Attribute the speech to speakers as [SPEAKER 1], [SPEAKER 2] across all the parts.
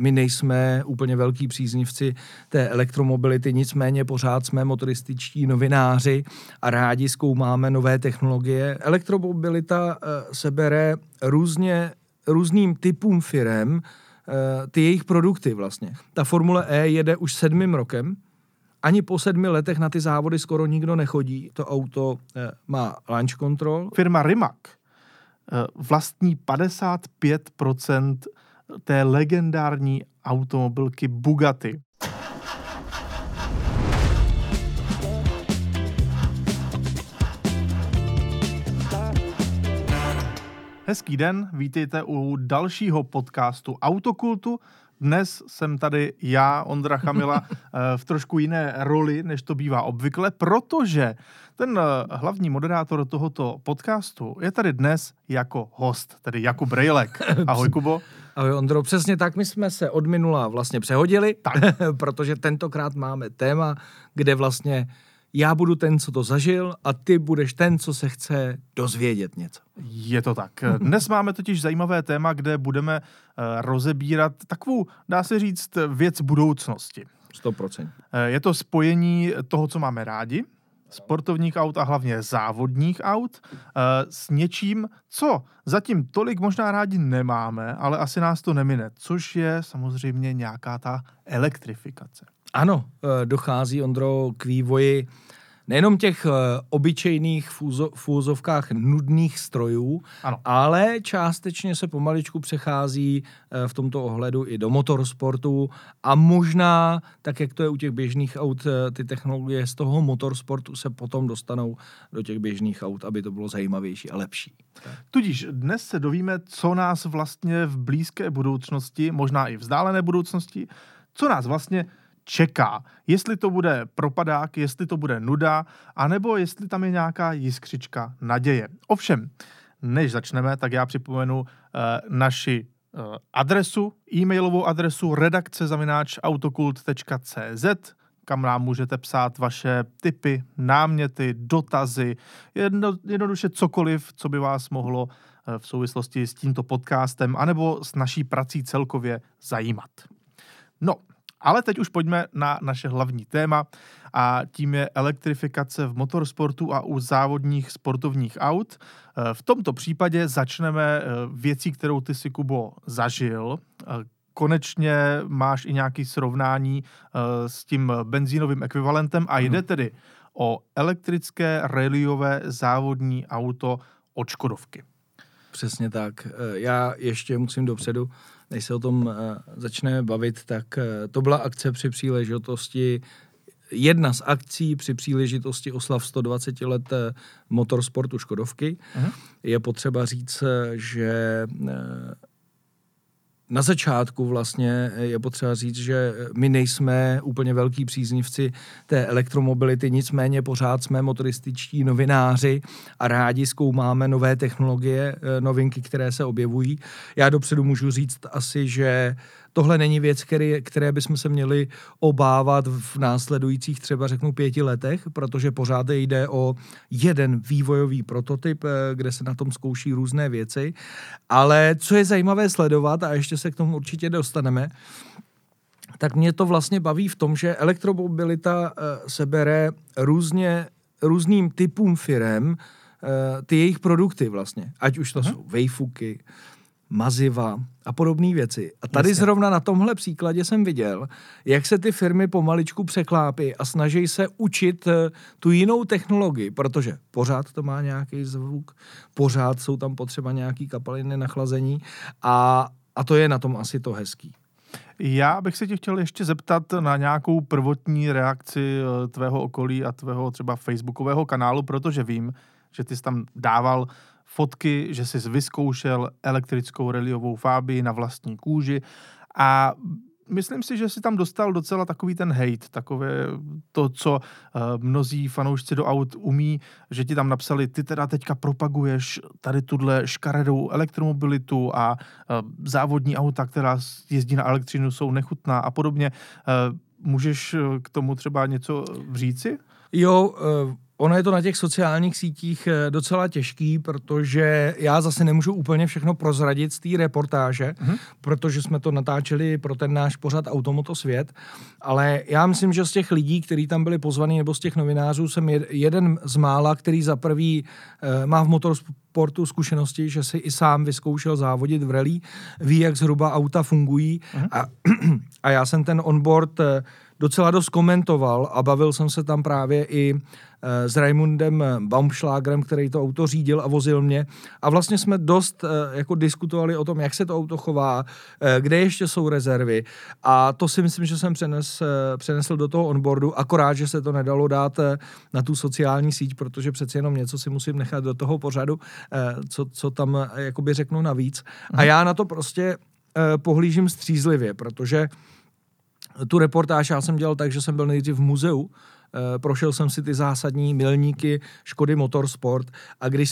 [SPEAKER 1] my nejsme úplně velký příznivci té elektromobility, nicméně pořád jsme motorističtí novináři a rádi zkoumáme nové technologie. Elektromobilita se bere různým typům firem, ty jejich produkty vlastně. Ta Formule E jede už 7. rokem, ani po 7 letech na ty závody skoro nikdo nechodí. To auto má launch control.
[SPEAKER 2] Firma Rimac vlastní 55% té legendární automobilky Bugatti. Hezký den, vítejte u dalšího podcastu Autokultu. Dnes jsem tady já, Ondra Chamila, v trošku jiné roli, než to bývá obvykle, protože ten hlavní moderátor tohoto podcastu je tady dnes jako host, tedy Jakub Rejlek. Ahoj, Kubo.
[SPEAKER 1] Ahoj, Ondro, přesně tak, my jsme se od minula vlastně přehodili, protože tentokrát máme téma, kde vlastně já budu ten, co to zažil, a ty budeš ten, co se chce dozvědět něco.
[SPEAKER 2] Je to tak. Dnes máme totiž zajímavé téma, kde budeme rozebírat takovou, dá se říct, věc budoucnosti.
[SPEAKER 1] 100%.
[SPEAKER 2] Je to spojení toho, co máme rádi, sportovních aut a hlavně závodních aut, s něčím, co zatím tolik možná rádi nemáme, ale asi nás to nemine, což je samozřejmě nějaká ta elektrifikace.
[SPEAKER 1] Ano, dochází, Ondro, k vývoji nejenom těch obyčejných v úzovkách nudných strojů,
[SPEAKER 2] ano,
[SPEAKER 1] ale částečně se pomaličku přechází v tomto ohledu i do motorsportu a možná, tak jak to je u těch běžných aut, ty technologie z toho motorsportu se potom dostanou do těch běžných aut, aby to bylo zajímavější a lepší.
[SPEAKER 2] Tudíž dnes se dovíme, co nás vlastně v blízké budoucnosti, možná i vzdálené budoucnosti, co nás vlastně čeká. Jestli to bude propadák, jestli to bude nuda, anebo jestli tam je nějaká jiskřička naděje. Ovšem, než začneme, tak já připomenu naši adresu, e-mailovou adresu redakce@autokult.cz, kam nám můžete psát vaše tipy, náměty, dotazy, jednoduše cokoliv, co by vás mohlo v souvislosti s tímto podcastem anebo s naší prací celkově zajímat. No, ale teď už pojďme na naše hlavní téma a tím je elektrifikace v motorsportu a u závodních sportovních aut. V tomto případě začneme věcí, kterou ty si, Kubo, zažil. Konečně máš i nějaké srovnání s tím benzínovým ekvivalentem a jde tedy o elektrické rallyové závodní auto od Škodovky.
[SPEAKER 1] Přesně tak. Já ještě musím dopředu, než se o tom začneme bavit, tak to byla akce při příležitosti, jedna z akcí při příležitosti oslav 120 let motorsportu Škodovky. Je potřeba říct, že na začátku vlastně je potřeba říct, že my nejsme úplně velký příznivci té elektromobility, nicméně pořád jsme motorističtí novináři a rádi zkoumáme nové technologie, novinky, které se objevují. Já dopředu můžu říct asi, že tohle není věc, které bychom se měli obávat v následujících třeba řeknu 5 letech, protože pořád jde o jeden vývojový prototyp, kde se na tom zkouší různé věci. Ale co je zajímavé sledovat, a ještě se k tomu určitě dostaneme, tak mě to vlastně baví v tom, že elektromobilita se bere různým typům firem, ty jejich produkty vlastně. Ať už to jsou vejfuky, maziva a podobné věci. A tady zrovna na tomhle příkladě jsem viděl, jak se ty firmy pomaličku překlápí a snaží se učit tu jinou technologii, protože pořád to má nějaký zvuk, pořád jsou tam potřeba nějaký kapaliny na chlazení a to je na tom asi to hezký.
[SPEAKER 2] Já bych se tě chtěl ještě zeptat na nějakou prvotní reakci tvého okolí a tvého třeba facebookového kanálu, protože vím, že ty jsi tam dával fotky, že jsi vyzkoušel elektrickou rallyovou Fabii na vlastní kůži a myslím si, že jsi tam dostal docela takový ten hejt, takové to, co mnozí fanoušci do aut umí, že ti tam napsali, ty teda teďka propaguješ tady tuhle škaredou elektromobilitu a závodní auta, která jezdí na elektřinu, jsou nechutná a podobně. Můžeš k tomu třeba něco říci?
[SPEAKER 1] Jo, Ono je to na těch sociálních sítích docela těžký, protože já zase nemůžu úplně všechno prozradit z té reportáže, protože jsme to natáčeli pro ten náš pořad Automoto svět, ale já myslím, že z těch lidí, kteří tam byli pozvaní, nebo z těch novinářů, jsem jeden z mála, který za prvý má v motorsportu zkušenosti, že si i sám vyzkoušel závodit v rally, ví, jak zhruba auta fungují a já jsem ten onboard docela dost komentoval a bavil jsem se tam právě i s Raimundem Baumschlagerem, který to auto řídil a vozil mě. A vlastně jsme dost jako diskutovali o tom, jak se to auto chová, kde ještě jsou rezervy. A to si myslím, že jsem přenesl do toho onboardu, akorát, že se to nedalo dát na tu sociální síť, protože přeci jenom něco si musím nechat do toho pořadu, co tam jakoby řeknu navíc. A já na to prostě pohlížím střízlivě, protože tu reportáž já jsem dělal tak, že jsem byl nejdřív v muzeu, prošel jsem si ty zásadní milníky Škody Motorsport a když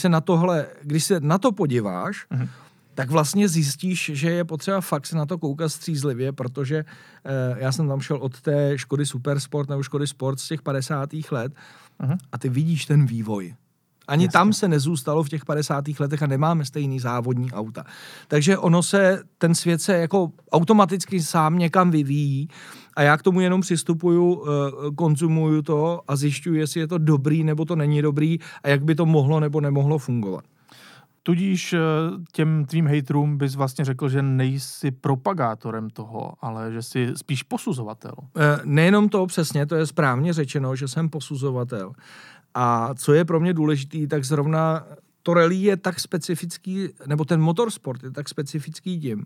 [SPEAKER 1] se na to podíváš, tak vlastně zjistíš, že je potřeba fakt se na to koukat střízlivě, protože já jsem tam šel od té Škody Supersport nebo Škody Sport z těch 50. let a ty vidíš ten vývoj. Ani tam se nezůstalo v těch 50. letech a nemáme stejný závodní auta. Takže ten svět se jako automaticky sám někam vyvíjí a já k tomu jenom přistupuju, konzumuju to a zjišťuji, jestli je to dobrý nebo to není dobrý a jak by to mohlo nebo nemohlo fungovat.
[SPEAKER 2] Tudíž těm tvým hejterům bys vlastně řekl, že nejsi propagátorem toho, ale že jsi spíš posuzovatel.
[SPEAKER 1] Nejenom to, přesně, to je správně řečeno, že jsem posuzovatel. A co je pro mě důležitý, tak zrovna to rally je tak specifický, nebo ten motorsport je tak specifický tím,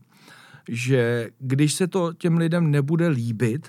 [SPEAKER 1] že když se to těm lidem nebude líbit,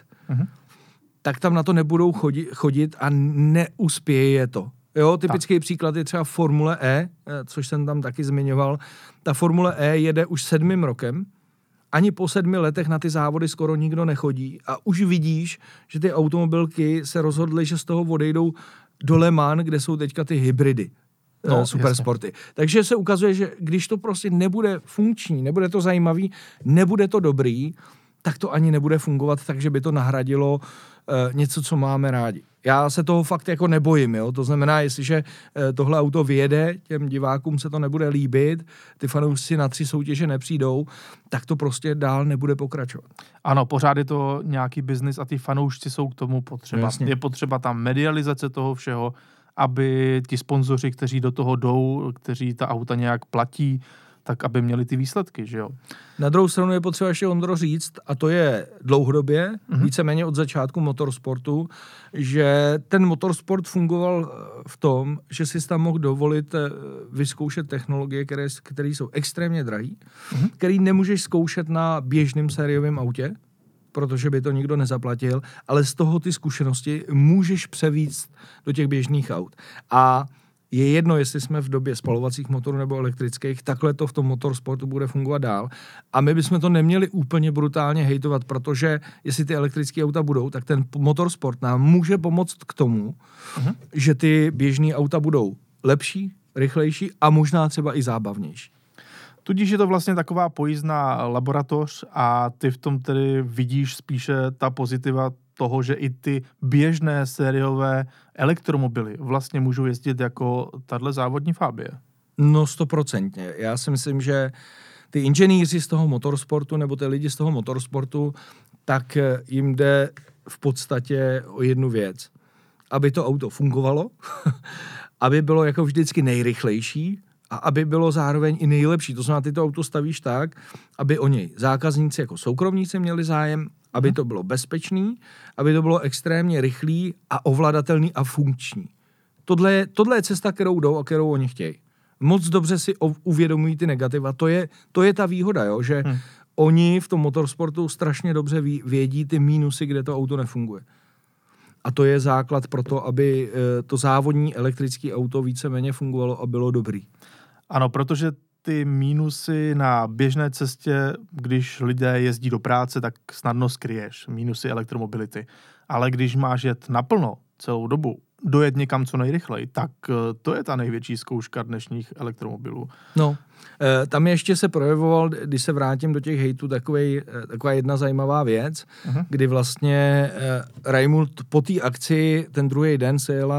[SPEAKER 1] tak tam na to nebudou chodit a neuspěje to. Jo, typický příklad je třeba Formule E, což jsem tam taky zmiňoval. Ta Formule E jede už 7. rokem, ani po 7 letech na ty závody skoro nikdo nechodí a už vidíš, že ty automobilky se rozhodly, že z toho odejdou do Le Mans, kde jsou teďka ty hybridy, supersporty. Jasně. Takže se ukazuje, že když to prostě nebude funkční, nebude to zajímavý, nebude to dobrý, tak to ani nebude fungovat, takže by to nahradilo něco, co máme rádi. Já se toho fakt jako nebojím, jo? To znamená, jestliže tohle auto vyjede, těm divákům se to nebude líbit, ty fanoušci na 3 soutěže nepřijdou, tak to prostě dál nebude pokračovat.
[SPEAKER 2] Ano, pořád je to nějaký biznis a ty fanoušci jsou k tomu potřeba. Jasně. Je potřeba tam medializace toho všeho, aby ti sponzoři, kteří do toho jdou, kteří ta auta nějak platí, tak aby měli ty výsledky, že jo?
[SPEAKER 1] Na druhou stranu je potřeba ještě, Ondro, říct, a to je dlouhodobě, víceméně od začátku motorsportu, že ten motorsport fungoval v tom, že si tam mohl dovolit vyzkoušet technologie, které jsou extrémně drahé, které nemůžeš zkoušet na běžném sériovém autě, protože by to nikdo nezaplatil, ale z toho ty zkušenosti můžeš převíct do těch běžných aut. A je jedno, jestli jsme v době spalovacích motorů nebo elektrických, takhle to v tom motorsportu bude fungovat dál. A my bychom to neměli úplně brutálně hejtovat, protože jestli ty elektrické auta budou, tak ten motorsport nám může pomoct k tomu, že ty běžné auta budou lepší, rychlejší a možná třeba i zábavnější.
[SPEAKER 2] Tudíž je to vlastně taková pojízdná laboratoř a ty v tom tedy vidíš spíše ta pozitiva toho, že i ty běžné sériové elektromobily vlastně můžou jezdit jako tahle závodní Fabie.
[SPEAKER 1] No 100%. Já si myslím, že ty inženýři z toho motorsportu nebo ty lidi z toho motorsportu, tak jim jde v podstatě o jednu věc. Aby to auto fungovalo, aby bylo jako vždycky nejrychlejší a aby bylo zároveň i nejlepší. To znamená, ty to auto stavíš tak, aby o něj zákazníci jako soukromníci měli zájem, aby to bylo bezpečný, aby to bylo extrémně rychlý a ovladatelný a funkční. Tohle je cesta, kterou jdou a kterou oni chtějí. Moc dobře si uvědomují ty negativa. To je ta výhoda, jo? Že oni v tom motorsportu strašně dobře vědí ty mínusy, kde to auto nefunguje. A to je základ pro to, aby to závodní elektrické auto víceméně fungovalo a bylo dobrý.
[SPEAKER 2] Ano, protože ty mínusy na běžné cestě, když lidé jezdí do práce, tak snadno skryješ mínusy elektromobility. Ale když máš jet naplno celou dobu, dojet někam co nejrychleji, tak to je ta největší zkouška dnešních elektromobilů.
[SPEAKER 1] No, tam ještě se projevoval, když se vrátím do těch hejtů, taková jedna zajímavá věc, kdy vlastně Raimund po té akci ten druhý den se jela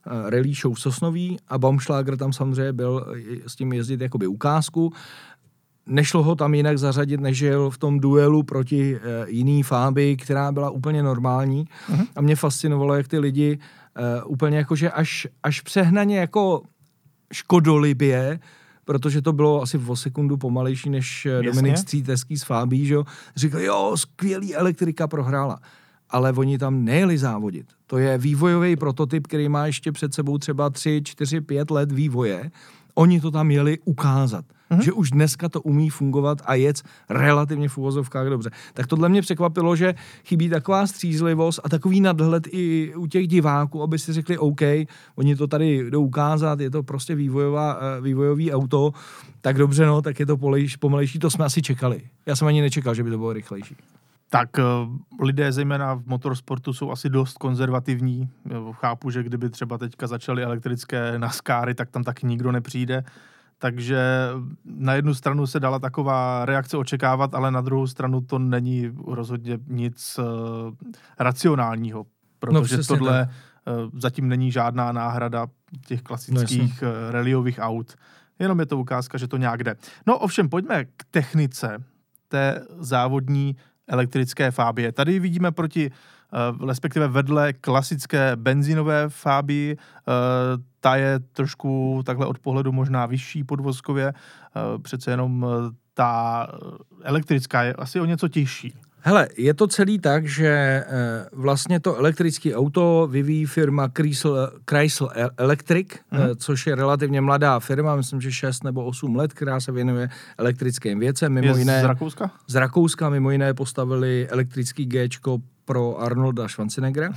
[SPEAKER 1] rally show v Sosnoví a Baumschlager tam samozřejmě byl s tím jezdit jakoby ukázku. Nešlo ho tam jinak zařadit, než jel v tom duelu proti jiný Fabii, která byla úplně normální. A mě fascinovalo, jak ty lidi úplně jakože až přehnaně jako škodolibě, protože to bylo asi o sekundu pomalejší než Dominik Střítecký z Fabii, že jo, říkal, jo, skvělý elektrika prohrála. Ale oni tam nejeli závodit. To je vývojový prototyp, který má ještě před sebou třeba 3, 4, 5 let vývoje. Oni to tam jeli ukázat, že už dneska to umí fungovat a jet relativně v uvozovkách dobře. Tak tohle mě překvapilo, že chybí taková střízlivost a takový nadhled i u těch diváků, aby si řekli, OK, oni to tady jdou ukázat, je to prostě vývojový auto, tak dobře, no, tak je to pomalejší, to jsme asi čekali. Já jsem ani nečekal, že by to bylo rychlejší.
[SPEAKER 2] Tak lidé zejména v motorsportu jsou asi dost konzervativní. Chápu, že kdyby třeba teďka začaly elektrické NASCARy, tak tam taky nikdo nepřijde. Takže na jednu stranu se dala taková reakce očekávat, ale na druhou stranu to není rozhodně nic racionálního. Protože tohle zatím není žádná náhrada těch klasických rallyových aut. Jenom je to ukázka, že to nějak jde. No ovšem, pojďme k technice té závodní elektrické Fabie. Tady vidíme respektive vedle klasické benzínové Fabii, ta je trošku takhle od pohledu možná vyšší podvozkově, přece jenom ta elektrická je asi o něco těžší.
[SPEAKER 1] Hele, je to celý tak, že vlastně to elektrické auto vyvíjí firma Chrysler Electric, což je relativně mladá firma, myslím, že 6 nebo 8 let, která se věnuje elektrickým věcem. Mimo jiné,
[SPEAKER 2] z Rakouska?
[SPEAKER 1] Z Rakouska, mimo jiné postavili elektrický Gčko pro Arnolda Schwarzeneggera.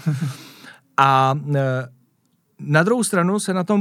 [SPEAKER 1] A na druhou stranu se na tom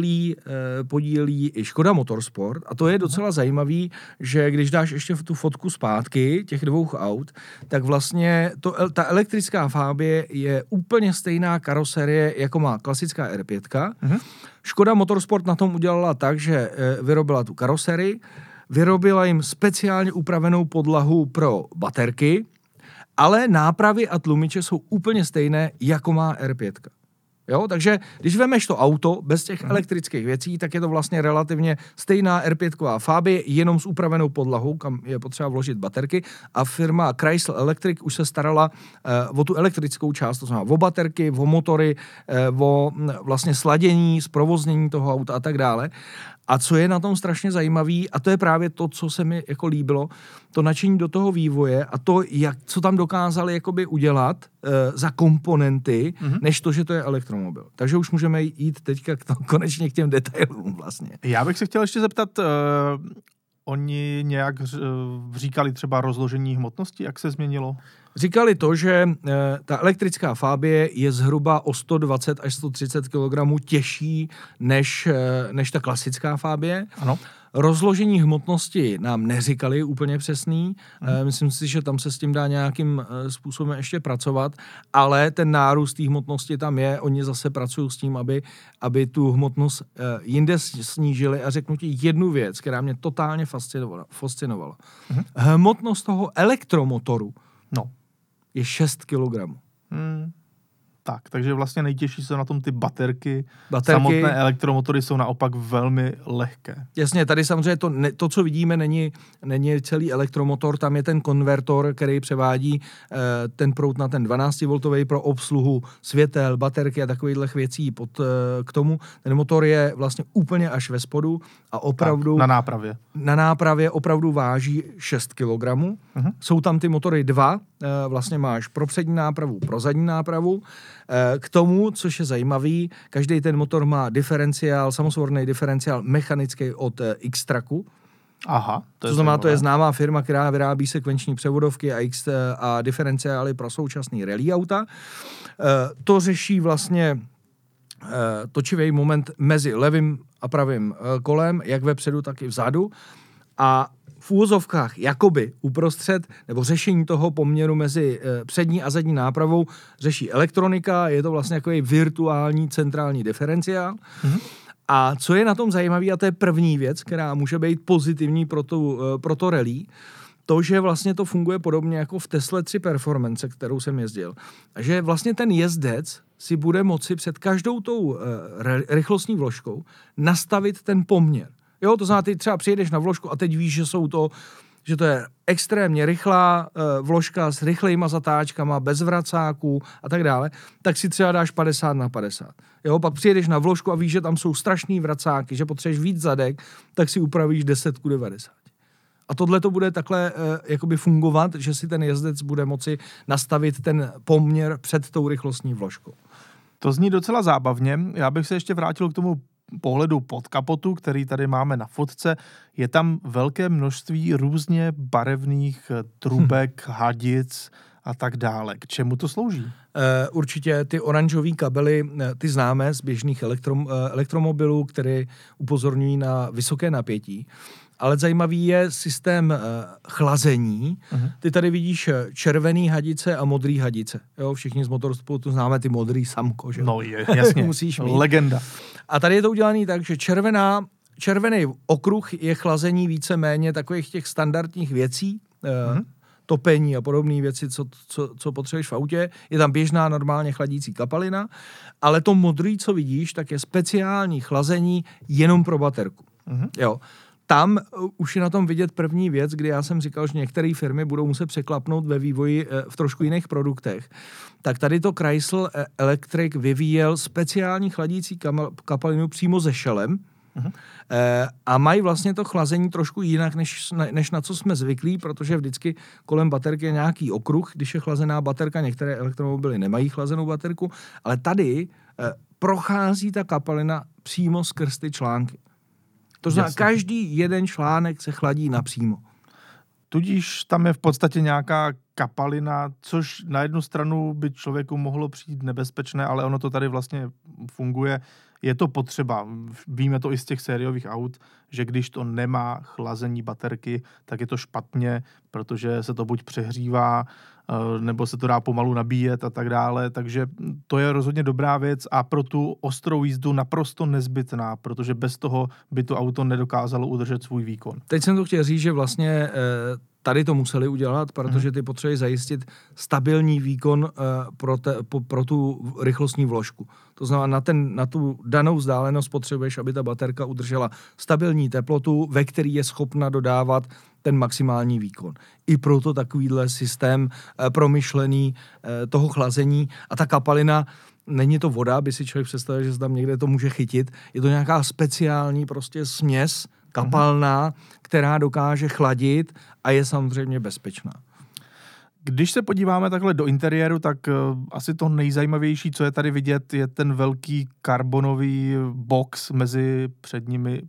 [SPEAKER 1] podílí i Škoda Motorsport a to je docela zajímavý, že když dáš ještě tu fotku zpátky těch dvou aut, tak vlastně ta elektrická Fabie je úplně stejná karoserie, jako má klasická R5. Škoda Motorsport na tom udělala tak, že vyrobila tu karoserii, vyrobila jim speciálně upravenou podlahu pro baterky, ale nápravy a tlumiče jsou úplně stejné, jako má R5. Jo, takže když vemeš to auto bez těch elektrických věcí, tak je to vlastně relativně stejná R5 Fabie, jenom s upravenou podlahou, kam je potřeba vložit baterky a firma Chrysler Electric už se starala o tu elektrickou část, to znamená o baterky, o motory, o vlastně sladění, zprovoznění toho auta a tak dále. A co je na tom strašně zajímavý, a to je právě to, co se mi jako líbilo, to nadšení do toho vývoje a to, co tam dokázali jakoby udělat za komponenty, než to, že to je elektromobil. Takže už můžeme jít teďka konečně k těm detailům vlastně. Já
[SPEAKER 2] bych se chtěl ještě zeptat, oni nějak říkali třeba rozložení hmotnosti, jak se změnilo?
[SPEAKER 1] Říkali to, že ta elektrická Fabie je zhruba o 120 až 130 kg těžší než ta klasická Fabie.
[SPEAKER 2] Ano.
[SPEAKER 1] Rozložení hmotnosti nám neříkali úplně přesný. Myslím si, že tam se s tím dá nějakým způsobem ještě pracovat, ale ten nárůst té hmotnosti tam je. Oni zase pracují s tím, aby tu hmotnost jinde snížili a řeknu ti jednu věc, která mě totálně fascinovala. Hmotnost toho elektromotoru je 6 kg.
[SPEAKER 2] Tak, takže vlastně nejtěžší jsou na tom ty baterky. Samotné elektromotory jsou naopak velmi lehké.
[SPEAKER 1] Jasně, tady samozřejmě to co vidíme, není celý elektromotor, tam je ten konvertor, který převádí ten proud na ten 12V pro obsluhu světel, baterky a takovýchhle věcí k tomu. Ten motor je vlastně úplně až ve spodu a opravdu...
[SPEAKER 2] Tak, na nápravě.
[SPEAKER 1] Na nápravě opravdu váží 6 kg. Jsou tam ty motory dva, vlastně máš pro přední nápravu, pro zadní nápravu. K tomu, což je zajímavý, každý ten motor má diferenciál, samosvorný diferenciál mechanický od X-Tracku.
[SPEAKER 2] Aha.
[SPEAKER 1] To znamená, to je známá firma, která vyrábí sekvenční převodovky a diferenciály pro současný rally auta. To řeší vlastně točivý moment mezi levým a pravým kolem, jak vepředu, tak i vzadu. A v úvozovkách jakoby uprostřed, nebo řešení toho poměru mezi přední a zadní nápravou řeší elektronika, je to vlastně jako virtuální centrální diferenciál. A co je na tom zajímavé, a to je první věc, která může být pozitivní pro to rally, to, že vlastně to funguje podobně jako v Tesla 3 Performance, kterou jsem jezdil. A že vlastně ten jezdec si bude moci před každou tou rychlostní vložkou nastavit ten poměr. Jo, to znamená, ty třeba přijedeš na vložku a teď víš, že to je extrémně rychlá vložka s rychlejma zatáčkama, bez vracáků a tak dále, tak si třeba dáš 50/50. Jo, pak přijedeš na vložku a víš, že tam jsou strašný vracáky, že potřebuješ víc zadek, tak si upravíš 10:90. A tohle to bude takhle jakoby fungovat, že si ten jezdec bude moci nastavit ten poměr před tou rychlostní vložkou.
[SPEAKER 2] To zní docela zábavně. Já bych se ještě vrátil k tomu pohledu pod kapotu, který tady máme na fotce. Je tam velké množství různě barevných trubek, hadic a tak dále. K čemu to slouží?
[SPEAKER 1] Určitě ty oranžové kabely, ty známe z běžných elektromobilů, které upozorňují na vysoké napětí. Ale zajímavý je systém chlazení. Ty tady vidíš červený hadice a modrý hadice. Jo, všichni z motorsportu známe ty modrý Samco, že?
[SPEAKER 2] No jasně,
[SPEAKER 1] musíš mít.
[SPEAKER 2] Legenda.
[SPEAKER 1] A tady je to udělané tak, že červený okruh je chlazení víceméně takových těch standardních věcí, topení a podobné věci, co potřebuješ v autě. Je tam běžná normálně chladící kapalina, ale to modrý, co vidíš, tak je speciální chlazení jenom pro baterku. Jo. Tam už je na tom vidět první věc, kdy já jsem říkal, že některé firmy budou muset překlapnout ve vývoji v trošku jiných produktech. Tak tady to Chrysler Electric vyvíjel speciální chladící kapalinu přímo ze šelem a mají vlastně to chlazení trošku jinak, než na co jsme zvyklí, protože vždycky kolem baterky je nějaký okruh, když je chlazená baterka, některé elektromobily nemají chlazenou baterku, ale tady prochází ta kapalina přímo skrz ty články. To znamená, každý jeden článek se chladí napřímo.
[SPEAKER 2] Tudíž tam je v podstatě nějaká kapalina, což na jednu stranu by člověku mohlo přijít nebezpečné, ale ono to tady vlastně funguje. Je to potřeba. Víme to i z těch sériových aut, že když to nemá chlazení baterky, tak je to špatně, protože se to buď přehřívá, nebo se to dá pomalu nabíjet a tak dále. Takže to je rozhodně dobrá věc a pro tu ostrou jízdu naprosto nezbytná, protože bez toho by to auto nedokázalo udržet svůj výkon.
[SPEAKER 1] Teď jsem to chtěl říct, že vlastně tady to museli udělat, protože ty potřebují zajistit stabilní výkon pro tu rychlostní vložku. To znamená, na tu danou vzdálenost potřebuješ, aby ta baterka udržela stabilní teplotu, ve který je schopna dodávat ten maximální výkon. I proto takovýhle systém promyšlený toho chlazení a ta kapalina, není to voda, aby si člověk představil, že se tam někde to může chytit. Je to nějaká speciální prostě směs kapalná, která dokáže chladit a je samozřejmě bezpečná.
[SPEAKER 2] Když se podíváme takhle do interiéru, tak asi to nejzajímavější, co je tady vidět, je ten velký karbonový box mezi předními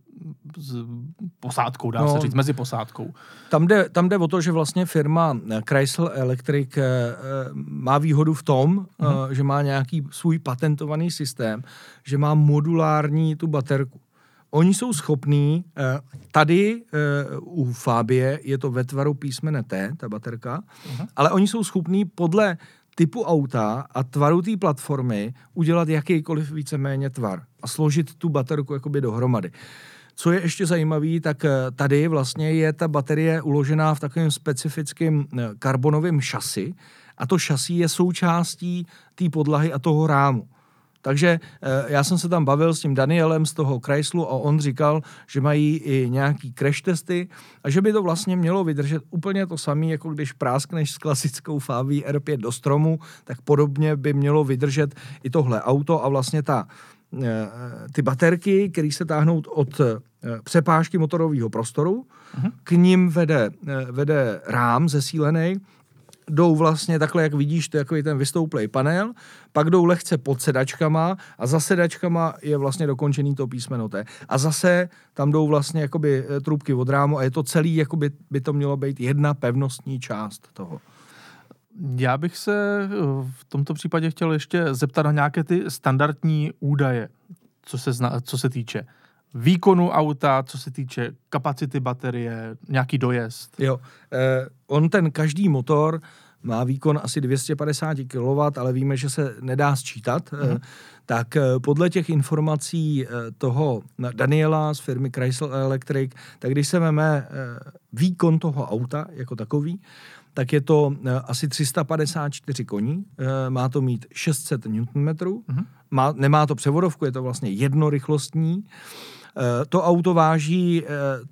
[SPEAKER 2] posádkou, dá se říct, mezi posádkou.
[SPEAKER 1] Tam jde o to, že vlastně firma Chrysler Electric má výhodu v tom, že má nějaký svůj patentovaný systém, že má modulární tu baterku. Oni jsou schopní, tady u Fabie je to ve tvaru písmene T, ta baterka, ale oni jsou schopní podle typu auta a tvaru té platformy udělat jakýkoliv víceméně tvar a složit tu baterku jakoby dohromady. Co je ještě zajímavé, tak tady vlastně je ta baterie uložená v takovém specifickém karbonovém šasi a to šasí je součástí té podlahy a toho rámu. Takže já jsem se tam bavil s tím Danielem z toho Chrysleru a on říkal, že mají i nějaký crash testy a že by to vlastně mělo vydržet úplně to samé, jako když práskneš s klasickou Fabii R5 do stromu, tak podobně by mělo vydržet i tohle auto a vlastně ty baterky, které se táhnou od přepážky motorového prostoru, k ním vede rám zesílený, jdou vlastně takhle, jak vidíš, to je takový ten vystouplej panel, pak jdou lehce pod sedačkama a za sedačkama je vlastně dokončený to písmeno T. A zase tam jdou vlastně jakoby trubky od rámu a je to celý, jakoby by to mělo být jedna pevnostní část toho.
[SPEAKER 2] Já bych se v tomto případě chtěl ještě zeptat na nějaké ty standardní údaje, co se týče výkonu auta, co se týče kapacity baterie, nějaký dojezd.
[SPEAKER 1] Jo, on ten každý motor má výkon asi 250 kW, ale víme, že se nedá sčítat, tak podle těch informací toho Daniela z firmy Chrysler Electric, tak když se veme výkon toho auta jako takový, tak je to asi 354 koní, má to mít 600 Nm, nemá to převodovku, je to vlastně jednorychlostní. To auto váží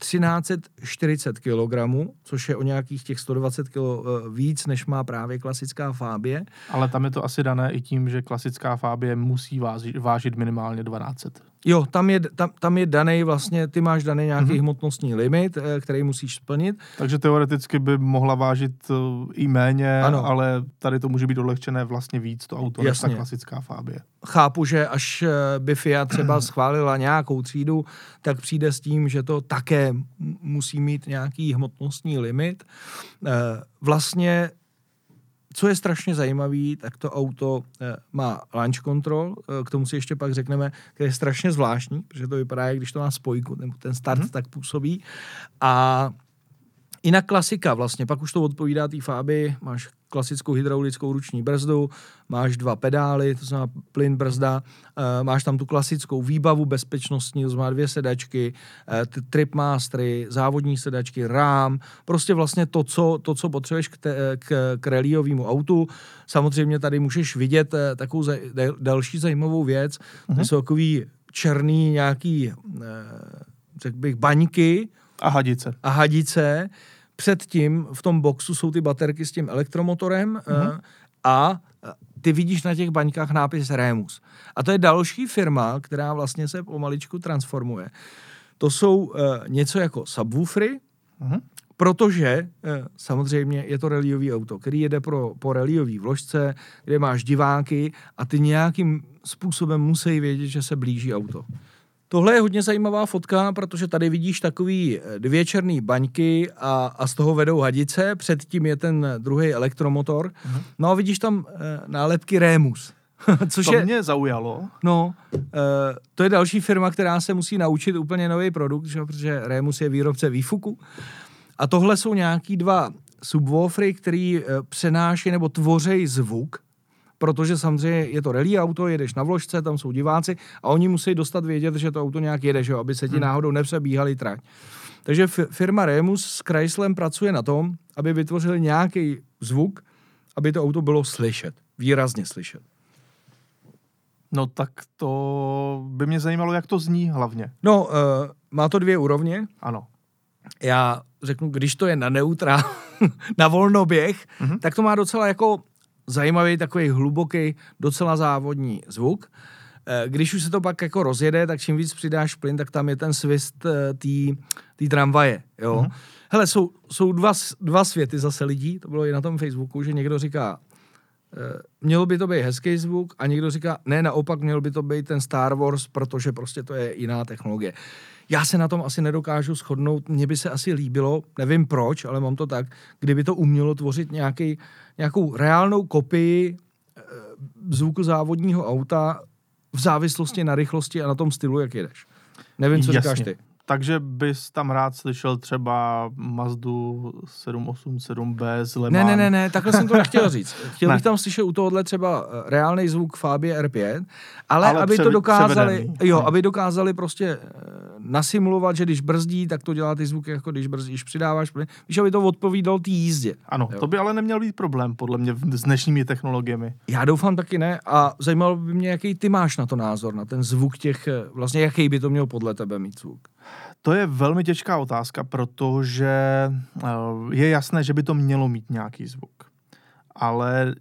[SPEAKER 1] 1340 kg, což je o nějakých těch 120 kg víc, než má právě klasická Fabie.
[SPEAKER 2] Ale tam je to asi dané i tím, že klasická Fabie musí vážit minimálně 1200.
[SPEAKER 1] Jo, tam je daný vlastně, ty máš daný nějaký hmotnostní limit, který musíš splnit.
[SPEAKER 2] Takže teoreticky by mohla vážit i méně,
[SPEAKER 1] ano.
[SPEAKER 2] Ale tady to může být odlehčené vlastně víc, to auto, než ta klasická Fabie.
[SPEAKER 1] Chápu, že až by Fiat třeba schválila nějakou třídu, tak přijde s tím, že to také musí mít nějaký hmotnostní limit. Vlastně co je strašně zajímavý, tak to auto má launch control, k tomu si ještě pak řekneme, který je strašně zvláštní, protože to vypadá, jak když to má spojku, nebo ten start tak působí. A jinak klasika vlastně, pak už to odpovídá té Fabii, máš klasickou hydraulickou ruční brzdu, máš 2 pedály, to znamená plyn, brzda, máš tam tu klasickou výbavu bezpečnostní, to znamená 2 sedačky, tripmastery, závodní sedačky, rám, prostě vlastně to, co potřebuješ k rallyovýmu autu. Samozřejmě tady můžeš vidět takovou další zajímavou věc, to jsou takový černý nějaký, řekl bych, baňky
[SPEAKER 2] a
[SPEAKER 1] hadice. Předtím v tom boxu jsou ty baterky s tím elektromotorem a ty vidíš na těch baňkách nápis Remus. A to je další firma, která vlastně se pomaličku transformuje. To jsou něco jako subwoofery, protože samozřejmě je to rallyový auto, který jede po rallyový vložce, kde máš diváky a ty nějakým způsobem musí vědět, že se blíží auto. Tohle je hodně zajímavá fotka, protože tady vidíš takový 2 černý baňky a z toho vedou hadice, předtím je ten druhý elektromotor. No a vidíš tam nálepky Remus. Což
[SPEAKER 2] to mě zaujalo.
[SPEAKER 1] No, to je další firma, která se musí naučit úplně nový produkt, že? Protože Remus je výrobce výfuku. A tohle jsou nějaký 2 subwoofery, který přenáší nebo tvoří zvuk, protože samozřejmě je to rally auto, jedeš na vložce, tam jsou diváci a oni musí dostat vědět, že to auto nějak jede, že? Aby se ti náhodou nepřebíhali trať. Takže firma Remus s Chryslem pracuje na tom, aby vytvořili nějaký zvuk, aby to auto bylo slyšet, výrazně slyšet.
[SPEAKER 2] No tak to by mě zajímalo, jak to zní hlavně.
[SPEAKER 1] No, má to 2 úrovně.
[SPEAKER 2] Ano.
[SPEAKER 1] Já řeknu, když to je na neutrál, na volnoběh, tak to má docela jako zajímavý, takový hluboký, docela závodní zvuk. Když už se to pak jako rozjede, tak čím víc přidáš plyn, tak tam je ten svist té tramvaje, jo. Hele, jsou dva světy zase lidí, to bylo i na tom Facebooku, že někdo říká, mělo by to být hezký zvuk a někdo říká, ne, naopak měl by to být ten Star Wars, protože prostě to je jiná technologie. Já se na tom asi nedokážu shodnout, mně by se asi líbilo, nevím proč, ale mám to tak, kdyby to umělo tvořit nějakou reálnou kopii zvuku závodního auta v závislosti na rychlosti a na tom stylu, jak jedeš. Nevím, co říkáš ty.
[SPEAKER 2] Takže bys tam rád slyšel třeba Mazdu 787B z Le Mans.
[SPEAKER 1] Ne, takhle jsem to nechtěl říct. Chtěl bych tam slyšet u tohohle třeba reálný zvuk Fabie R5, ale aby to dokázali, aby dokázali prostě nasimulovat, že když brzdí, tak to dělá ty zvuky, jako když brzdíš, přidáváš plyn. Víš, aby to odpovídalo té jízdě.
[SPEAKER 2] Ano, to by ale neměl být problém, podle mě, s dnešními technologiemi.
[SPEAKER 1] Já doufám taky ne a zajímalo by mě, jaký ty máš na to názor, na ten zvuk těch, vlastně jaký by to měl podle tebe mít zvuk.
[SPEAKER 2] To je velmi těžká otázka, protože je jasné, že by to mělo mít nějaký zvuk. Ale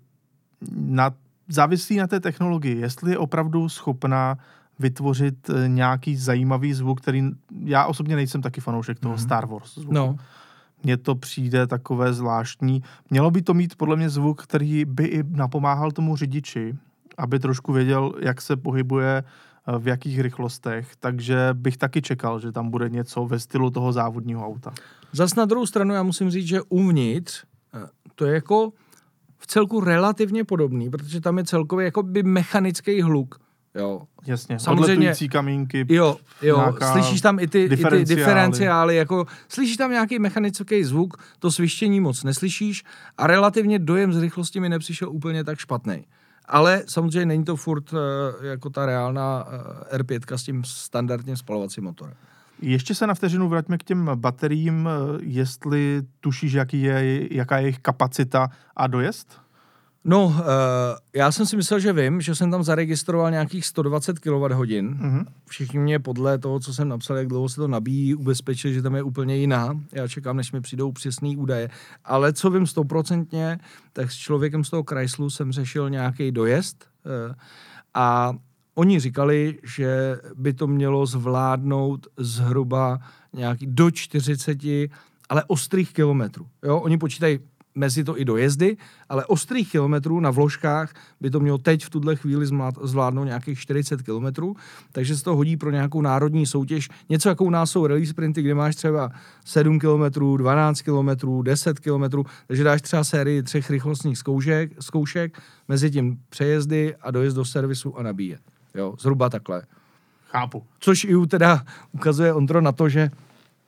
[SPEAKER 2] závislí na té technologii, jestli je opravdu schopná vytvořit nějaký zajímavý zvuk, který já osobně nejsem taky fanoušek toho Star Wars zvuku.
[SPEAKER 1] No.
[SPEAKER 2] Mně to přijde takové zvláštní. Mělo by to mít podle mě zvuk, který by i napomáhal tomu řidiči, aby trošku věděl, jak se pohybuje, v jakých rychlostech, takže bych taky čekal, že tam bude něco ve stylu toho závodního auta.
[SPEAKER 1] Zas na druhou stranu já musím říct, že uvnitř to je jako v celku relativně podobný, protože tam je celkově jako by mechanický hluk. Jo.
[SPEAKER 2] Jasně,
[SPEAKER 1] Samozřejmě,
[SPEAKER 2] odletující kamínky.
[SPEAKER 1] Jo, slyšíš tam i ty diferenciály, jako slyšíš tam nějaký mechanický zvuk, to svištění moc neslyšíš a relativně dojem z rychlosti mi nepřišel úplně tak špatný. Ale samozřejmě není to furt jako ta reálná R5 s tím standardním spalovacím motorem.
[SPEAKER 2] Ještě se na vteřinu vraťme k těm bateriím, jestli tušíš, jaká je jejich kapacita a dojezd?
[SPEAKER 1] No, já jsem si myslel, že vím, že jsem tam zaregistroval nějakých 120 kWh. Všichni mě podle toho, co jsem napsal, jak dlouho se to nabíjí, ubezpečili, že tam je úplně jiná. Já čekám, než mi přijdou přesný údaje. Ale co vím 100%, tak s člověkem z toho Chrysleru jsem řešil nějaký dojezd a oni říkali, že by to mělo zvládnout zhruba nějaký do 40, ale ostrých kilometrů. Jo? Oni počítají mezi to i dojezdy, ale ostrých kilometrů na vložkách by to mělo teď v tuhle chvíli zvládnout nějakých 40 kilometrů, takže se to hodí pro nějakou národní soutěž. Něco jako u nás jsou rally sprinty, kde máš třeba 7 kilometrů, 12 kilometrů, 10 kilometrů, takže dáš třeba sérii 3 rychlostních zkoušek, mezi tím přejezdy a dojezd do servisu a nabíjet. Jo, zhruba takhle.
[SPEAKER 2] Chápu.
[SPEAKER 1] Což i teda ukazuje Ondro na to, že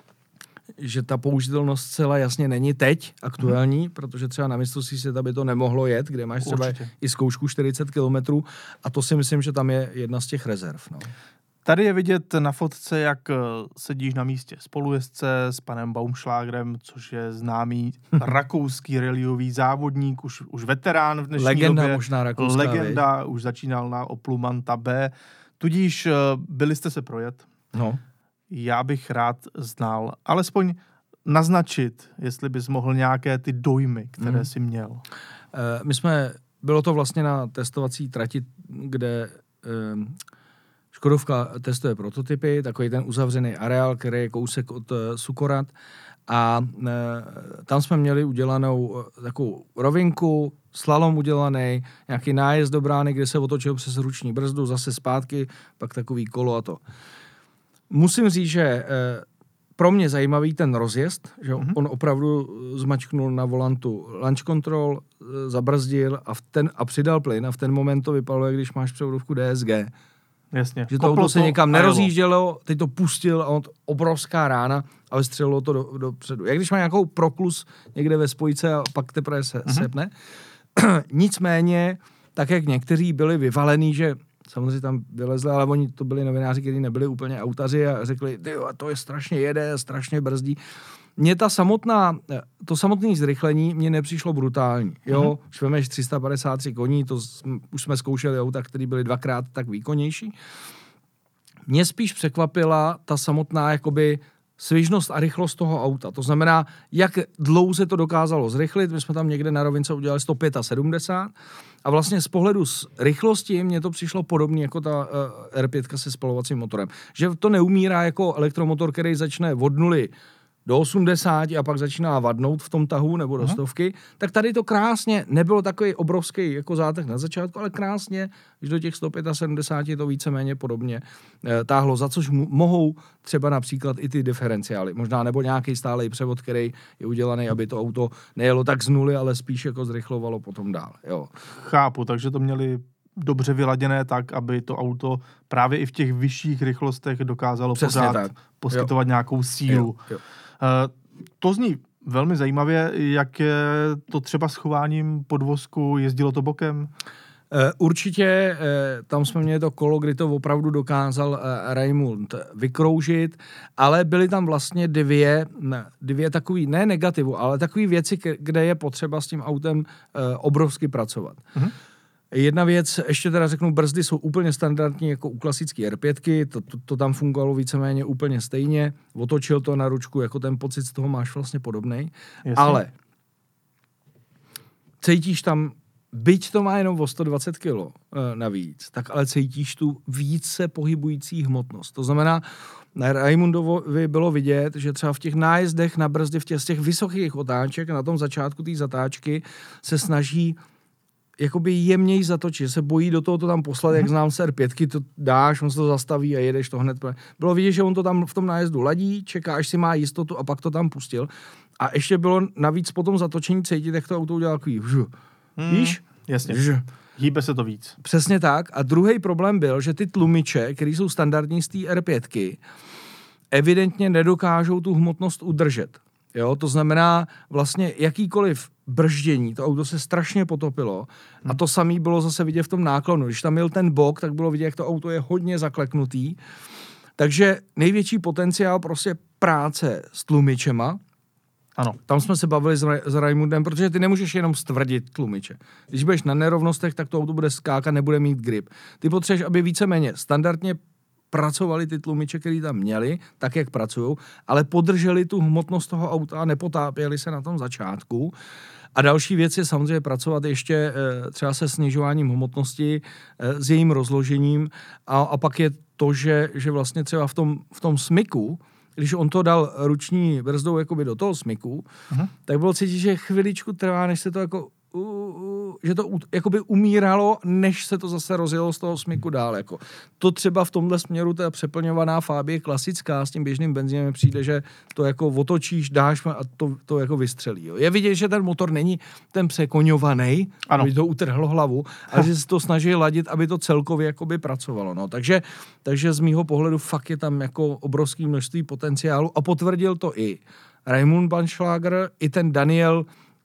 [SPEAKER 1] ta použitelnost zcela jasně není teď aktuální, protože třeba na mistrovství světa by to nemohlo jet, kde máš třeba i zkoušku 40 kilometrů a to si myslím, že tam je jedna z těch rezerv. No.
[SPEAKER 2] Tady je vidět na fotce, jak sedíš na místě spolujezdce s panem Baumschlagerem, což je známý rakouský rallyový závodník, už veterán v dnešní
[SPEAKER 1] legenda
[SPEAKER 2] době.
[SPEAKER 1] Možná rakouská,
[SPEAKER 2] legenda, už začínal na Oplu Manta B. Tudíž byli jste se projet.
[SPEAKER 1] No.
[SPEAKER 2] Já bych rád znal, alespoň naznačit, jestli bys mohl nějaké ty dojmy, které jsi měl.
[SPEAKER 1] Bylo to vlastně na testovací trati, kde Škodovka testuje prototypy, takový ten uzavřený areál, který je kousek od Sukorat a tam jsme měli udělanou takovou rovinku, slalom udělaný, nějaký nájezd do brány, kde se otočil přes ruční brzdu, zase zpátky, pak takový kolo a to. Musím říct, že pro mě zajímavý ten rozjezd, že on opravdu zmačknul na volantu launch control, zabrzdil a přidal plyn a v ten moment to vypadalo, jak když máš převodovku DSG.
[SPEAKER 2] Jasně.
[SPEAKER 1] Že to auto se někam nerozjíždělo, teď to pustil a on obrovská rána a vystřelilo to dopředu. Jak když má nějakou proklus někde ve spojce a pak teprve se sepne. Nicméně, tak jak někteří byli vyvalený, že samozřejmě tam vylezli, ale oni to byli novináři, kteří nebyli úplně autaři a řekli, to je strašně jede, strašně brzdí. Mně to samotné zrychlení mně nepřišlo brutální. Jo, švemeš 353 koní, už jsme zkoušeli auta, které byly 2x tak výkonnější. Mě spíš překvapila ta samotná jakoby svižnost a rychlost toho auta. To znamená, jak dlouho to dokázalo zrychlit. My jsme tam někde na rovince udělali 175 a vlastně z pohledu rychlosti mně to přišlo podobně jako ta R5 se spalovacím motorem. Že to neumírá jako elektromotor, který začne od 0 do 80 a pak začíná vadnout v tom tahu nebo do 100, tak tady to krásně, nebylo takový obrovský jako zátah na začátku, ale krásně, když do těch 175 to víceméně podobně táhlo, za což mohou třeba například i ty diferenciály, možná nebo nějaký stálej převod, který je udělaný, aby to auto nejelo tak z nuly, ale spíš jako zrychlovalo potom dál. Jo.
[SPEAKER 2] Chápu, takže to měli dobře vyladěné tak, aby to auto právě i v těch vyšších rychlostech dokázalo
[SPEAKER 1] přesně
[SPEAKER 2] pořád
[SPEAKER 1] tak
[SPEAKER 2] poskytovat nějakou sílu.
[SPEAKER 1] Jo.
[SPEAKER 2] To zní velmi zajímavě, jak je to třeba s chováním podvozku, jezdilo to bokem?
[SPEAKER 1] Určitě, tam jsme měli to kolo, kdy to opravdu dokázal Raimund vykroužit, ale byly tam vlastně dvě takový, ne negativu, ale takové věci, kde je potřeba s tím autem obrovsky pracovat. Jedna věc, ještě teda řeknu, brzdy jsou úplně standardní jako u klasické R5, to tam fungovalo víceméně úplně stejně, otočil to na ručku, jako ten pocit z toho máš vlastně podobnej, ale cítíš tam, byť to má jenom o 120 kg navíc, tak ale cítíš tu více pohybující hmotnost. To znamená, na Raimundovi bylo vidět, že třeba v těch nájezdech na brzdy, z těch vysokých otáček, na tom začátku té zatáčky se snaží jakoby jemněji zatočit, že se bojí do toho to tam poslat, jak znám se R5, to dáš, on se to zastaví a jedeš to hned. Bylo vidět, že on to tam v tom nájezdu ladí, čeká, až si má jistotu a pak to tam pustil. A ještě bylo navíc po tom zatočení cítit, jak to auto udělal takový. Víš?
[SPEAKER 2] Jasně. Hýbe se to víc.
[SPEAKER 1] Přesně tak. A druhý problém byl, že ty tlumiče, které jsou standardní z té R5, evidentně nedokážou tu hmotnost udržet. Jo? To znamená vlastně jakýkoliv brždění, to auto se strašně potopilo a to samé bylo zase vidět v tom náklonu. Když tam byl ten bok, tak bylo vidět, jak to auto je hodně zakleknutý. Takže největší potenciál prostě práce s tlumičema.
[SPEAKER 2] Ano.
[SPEAKER 1] Tam jsme se bavili s Raimundem, protože ty nemůžeš jenom stvrdit tlumiče. Když budeš na nerovnostech, tak to auto bude skákat, nebude mít grip. Ty potřebuješ, aby víceméně standardně pracovali ty tlumiče, který tam měli, tak, jak pracují, ale podrželi tu hmotnost toho auta a nepotápěli se na tom začátku. A další věc je samozřejmě pracovat ještě třeba se snižováním hmotnosti, s jejím rozložením a pak je to, že vlastně třeba v tom smyku, když on to dal ruční brzdou jakoby do toho smyku, tak bylo cítit, že chviličku trvá, než se to jako že to jakoby umíralo, než se to zase rozjelo z toho smyku dál. Jako. To třeba v tomhle směru ta přeplňovaná Fabie klasická s tím běžným benzínem přijde, že to jako otočíš, dáš a to jako vystřelí. Jo. Je vidět, že ten motor není ten překoňovaný, aby to utrhlo hlavu, ale že se to snaží ladit, aby to celkově jakoby pracovalo. No. Takže z mýho pohledu fakt je tam jako obrovský množství potenciálu a potvrdil to i Raimund Banschlager, i ten Daniel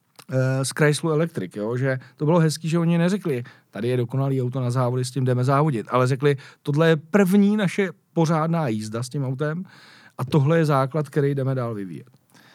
[SPEAKER 1] z Chrysler Electric, jo? Že to bylo hezký, že oni neřekli, tady je dokonalý auto na závody, s tím jdeme závodit, ale řekli, tohle je první naše pořádná jízda s tím autem a tohle je základ, který jdeme dál vyvíjet.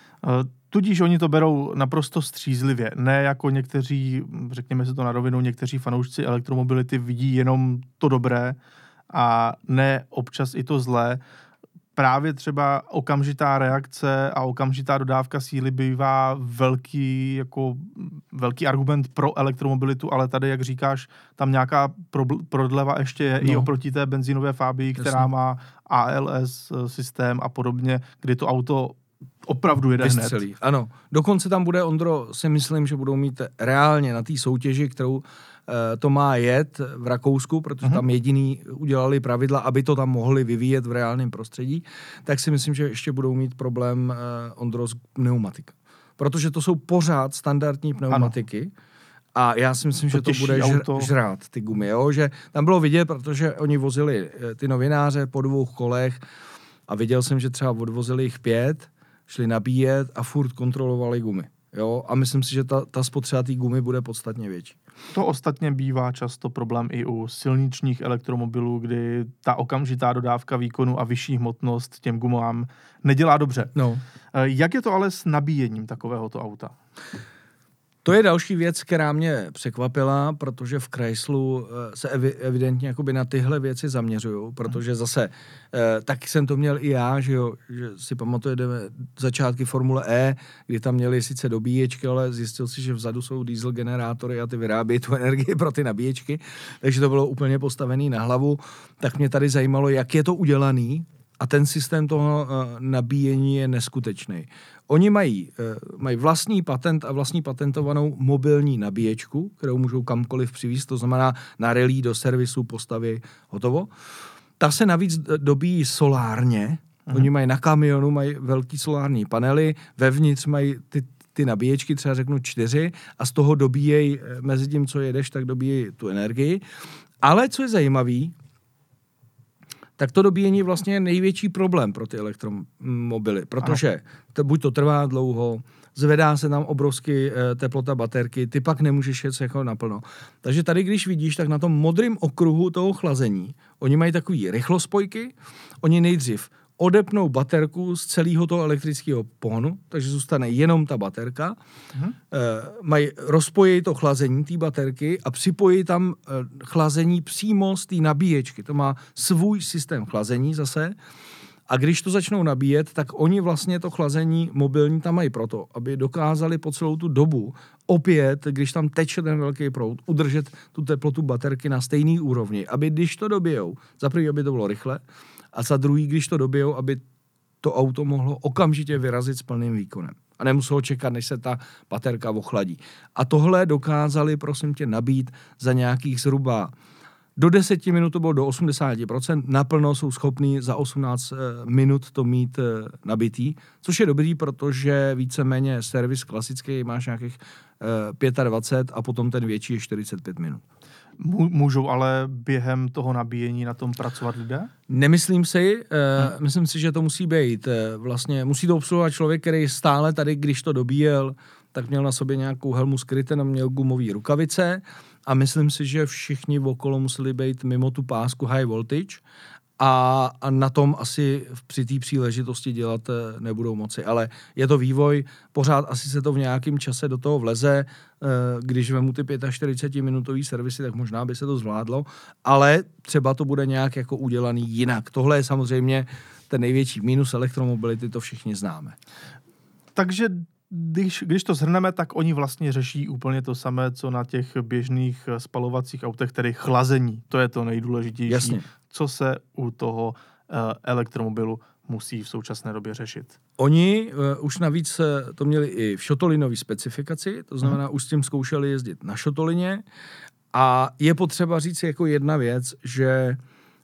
[SPEAKER 2] Tudíž oni to berou naprosto střízlivě, ne jako někteří, řekněme si to na rovinu, někteří fanoušci elektromobility vidí jenom to dobré a ne občas i to zlé. Právě třeba okamžitá reakce a okamžitá dodávka síly bývá velký argument pro elektromobilitu, ale tady, jak říkáš, tam nějaká prodleva ještě je i oproti té benzínové Fabii, která má ALS systém a podobně, kdy to auto opravdu jede
[SPEAKER 1] vystřelí. Hned. Ano. Dokonce tam bude, Ondro, si myslím, že budou mít reálně na té soutěži, kterou to má jet v Rakousku, protože tam jediný udělali pravidla, aby to tam mohli vyvíjet v reálném prostředí, tak si myslím, že ještě budou mít problém, Ondro, s pneumatik. Protože to jsou pořád standardní pneumatiky. Ano. A já si myslím, že to bude žrát ty gumy. Jo? Že tam bylo vidět, protože oni vozili ty novináře po 2 kolech a viděl jsem, že třeba odvozili jich 5, šli nabíjet a furt kontrolovali gumy. Jo? A myslím si, že ta spotřeba té gumy bude podstatně větší.
[SPEAKER 2] To ostatně bývá často problém i u silničních elektromobilů, kdy ta okamžitá dodávka výkonu a vyšší hmotnost těm gumám nedělá dobře.
[SPEAKER 1] No.
[SPEAKER 2] Jak je to ale s nabíjením takovéhoto auta?
[SPEAKER 1] To je další věc, která mě překvapila, protože v Chrysleru se evidentně jakoby na tyhle věci zaměřují, protože zase, tak jsem to měl i já, že si pamatujeme začátky Formule E, kdy tam měli sice dobíječky, ale zjistil si, že vzadu jsou diesel generátory a ty vyrábějí tu energii pro ty nabíječky, takže to bylo úplně postavený na hlavu. Tak mě tady zajímalo, jak je to udělaný, a ten systém toho nabíjení je neskutečný. Oni mají vlastní patent a vlastní patentovanou mobilní nabíječku, kterou můžou kamkoliv přivízt, to znamená na relí do servisu, postavy, hotovo. Ta se navíc dobíjí solárně. Oni mají na kamionu, mají velký solární panely, vevnitř mají ty nabíječky, třeba řeknu 4, a z toho dobíjejí, mezi tím, co jedeš, tak dobíjejí tu energii. Ale co je zajímavý, tak to dobíjení je vlastně největší problém pro ty elektromobily, protože buď to trvá dlouho, zvedá se tam obrovsky teplota baterky, ty pak nemůžeš jet jako naplno. Takže tady, když vidíš, tak na tom modrém okruhu toho chlazení, oni mají takový rychlospojky, oni nejdřív odepnou baterku z celého toho elektrického pohonu, takže zůstane jenom ta baterka. Rozpojí to chlazení té baterky a připojí tam chlazení přímo z té nabíječky. To má svůj systém chlazení zase. A když to začnou nabíjet, tak oni vlastně to chlazení mobilní tam mají proto, aby dokázali po celou tu dobu opět, když tam teče ten velký proud, udržet tu teplotu baterky na stejný úrovni, aby když to dobijou, za první, aby to bylo rychle, a za druhý, když to dobijou, aby to auto mohlo okamžitě vyrazit s plným výkonem. A nemuselo čekat, než se ta baterka ochladí. A tohle dokázali, prosím tě, nabít za nějakých zhruba Do 10 minut to bylo do 80%, naplno jsou schopní za 18 minut to mít nabitý, což je dobrý, protože víceméně servis klasický máš nějakých 25 a potom ten větší je 45 minut.
[SPEAKER 2] Můžou ale během toho nabíjení na tom pracovat lidé?
[SPEAKER 1] Nemyslím si, myslím si, že to musí být vlastně, musí to obsluhovat člověk, který stále tady, když to dobíjel, tak měl na sobě nějakou helmu s krytem, měl gumový rukavice a myslím si, že všichni okolo museli být mimo tu pásku high voltage a na tom asi při té příležitosti dělat nebudou moci. Ale je to vývoj, pořád asi se to v nějakém čase do toho vleze, když vemu ty 45-minutový servisy, tak možná by se to zvládlo, ale třeba to bude nějak jako udělaný jinak. Tohle je samozřejmě ten největší mínus elektromobility, to všichni známe.
[SPEAKER 2] Takže když to shrneme, tak oni vlastně řeší úplně to samé, co na těch běžných spalovacích autech, tedy chlazení. To je to nejdůležitější,
[SPEAKER 1] Jasně.
[SPEAKER 2] Co se u toho elektromobilu musí v současné době řešit.
[SPEAKER 1] Oni už navíc to měli i v šotolinové specifikaci, to znamená, už s tím zkoušeli jezdit na šotolině a je potřeba říct jako jedna věc, že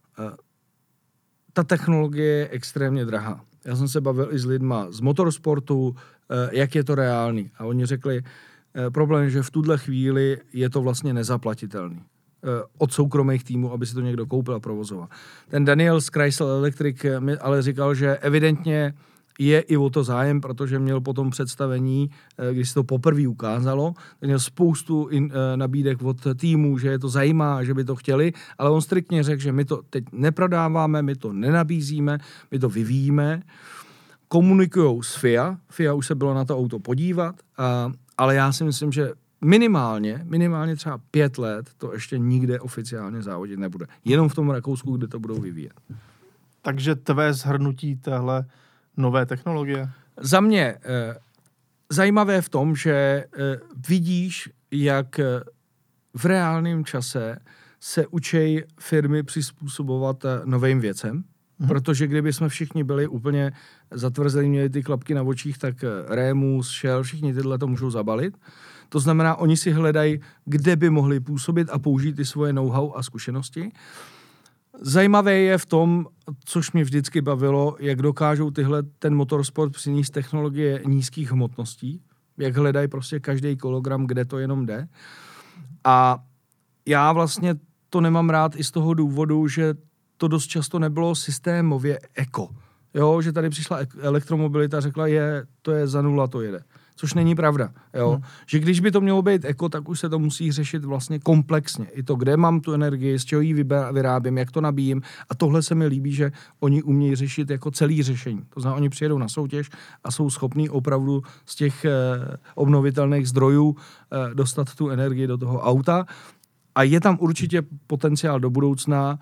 [SPEAKER 1] ta technologie je extrémně drahá. Já jsem se bavil i s lidma z motorsportu, jak je to reálný. A oni řekli, problém je, že v tuhle chvíli je to vlastně nezaplatitelný. Od soukromých týmů, aby si to někdo koupil a provozoval. Ten Daniel z Chrysler Electric mi ale říkal, že evidentně je i o to zájem, protože měl potom představení, když se to poprvé ukázalo, měl spoustu nabídek od týmů, že je to zajímá, že by to chtěli, ale on striktně řekl, že my to teď neprodáváme, my to nenabízíme, my to vyvíjíme. Komunikujou s FIA. FIA už se bylo na to auto podívat, ale já si myslím, že minimálně třeba 5 let to ještě nikde oficiálně závodit nebude. Jenom v tom Rakousku, kde to budou vyvíjet.
[SPEAKER 2] Takže tvé shrnutí téhle nové technologie?
[SPEAKER 1] Za mě zajímavé v tom, že vidíš, jak v reálném čase se učí firmy přizpůsobovat novým věcem, protože kdyby jsme všichni byli úplně zatvrzení, měli ty klapky na očích, tak Remus, Shell, všichni tyhle to můžou zabalit. To znamená, oni si hledají, kde by mohli působit a použít ty svoje know-how a zkušenosti. Zajímavé je v tom, což mě vždycky bavilo, jak dokážou ten motorsport přinést technologie nízkých hmotností, jak hledají prostě každý kilogram, kde to jenom jde. A já vlastně to nemám rád i z toho důvodu, že to dost často nebylo systémově eko. Jo, že tady přišla elektromobilita a řekla, to je za 0, to jede. Což není pravda. Jo? Že když by to mělo být eko, tak už se to musí řešit vlastně komplexně. I to, kde mám tu energii, z čeho ji vyrábím, jak to nabíjím. A tohle se mi líbí, že oni umějí řešit jako celý řešení. To znamená, oni přijedou na soutěž a jsou schopní opravdu z těch obnovitelných zdrojů dostat tu energii do toho auta. A je tam určitě potenciál do budoucna,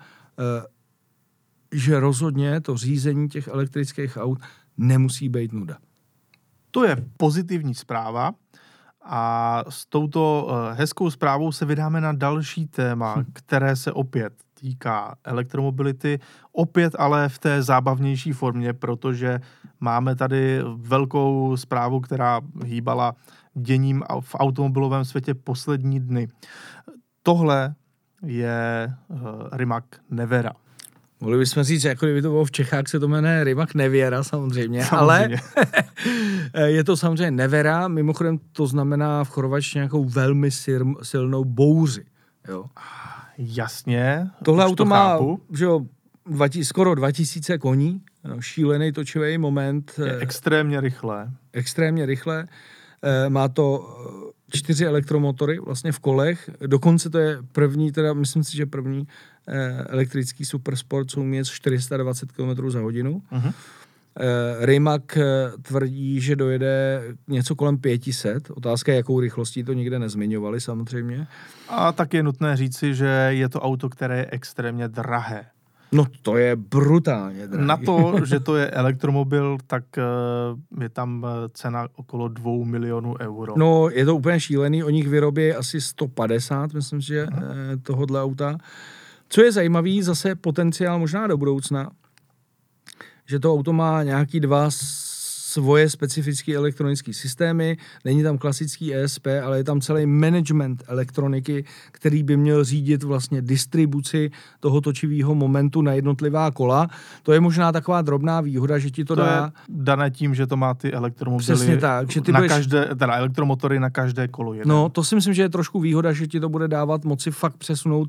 [SPEAKER 1] že rozhodně to řízení těch elektrických aut nemusí být nuda.
[SPEAKER 2] To je pozitivní zpráva a s touto hezkou zprávou se vydáme na další téma, které se opět týká elektromobility, opět ale v té zábavnější formě, protože máme tady velkou zprávu, která hýbala děním v automobilovém světě poslední dny. Tohle je Rimac Nevera.
[SPEAKER 1] Mohli bychom říct, jako kdyby to bylo v Čechách, se to jmenuje Rimac Neviera samozřejmě. Ale je to samozřejmě Nevera, mimochodem to znamená v chorvačtině nějakou velmi silnou bouři. Jo.
[SPEAKER 2] Jasně,
[SPEAKER 1] tohle auto má že jo, skoro 2000 koní, šílený točivý moment.
[SPEAKER 2] Je extrémně rychlé.
[SPEAKER 1] Extrémně rychlé. Má to 4 elektromotory vlastně v kolech, dokonce to je první, teda myslím si, že první elektrický supersport jsou měst 420 km za hodinu. Rimac tvrdí, že dojede něco kolem 500. Otázka je, jakou rychlostí, to nikde nezmiňovali samozřejmě.
[SPEAKER 2] A tak je nutné říci, že je to auto, které je extrémně drahé.
[SPEAKER 1] No to je brutálně drahé.
[SPEAKER 2] Na to, že to je elektromobil, tak je tam cena okolo 2 milionů euro.
[SPEAKER 1] No je to úplně šílený, o nich vyrobí asi 150, myslím, že tohodle auta. Co je zajímavý, zase potenciál možná do budoucna, že to auto má nějaký 2 svoje specifické elektronické systémy, není tam klasický ESP, ale je tam celý management elektroniky, který by měl řídit vlastně distribuci toho točivého momentu na jednotlivá kola. To je možná taková drobná výhoda, že ti to dá...
[SPEAKER 2] je dané tím, že to má ty elektromobily.
[SPEAKER 1] Přesně tak, že ty
[SPEAKER 2] elektromotory na každé kolo jeden.
[SPEAKER 1] No, to si myslím, že je trošku výhoda, že ti to bude dávat moci fakt přesunout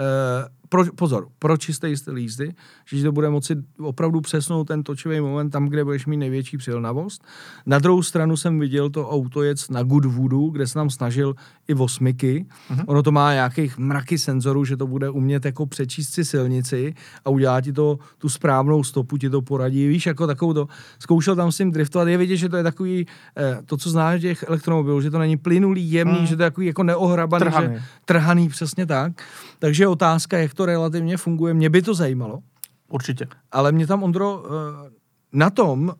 [SPEAKER 1] pro čisté jízdy, že ti to bude moci opravdu přesunout ten točivý moment tam, kde budeš mít největší přilnavost. Na druhou stranu jsem viděl to auto jet na Goodwoodu, kde se nám snažil i osmiky. Ono to má nějakých mraky senzorů, že to bude umět jako přečíst si silnici a udělá ti to tu správnou stopu, ti to poradí. Víš, jako takovou to. Zkoušel tam s tím driftovat, je vidět, že to je takový, to, co znáš těch elektromobilů, že to není plynulý, jemný, že to je takový jako neohrabaný, trhaný, přesně tak. Takže je otázka, jak to relativně funguje. Mě by to zajímalo.
[SPEAKER 2] Určitě.
[SPEAKER 1] Ale mě tam, Ondro, na tom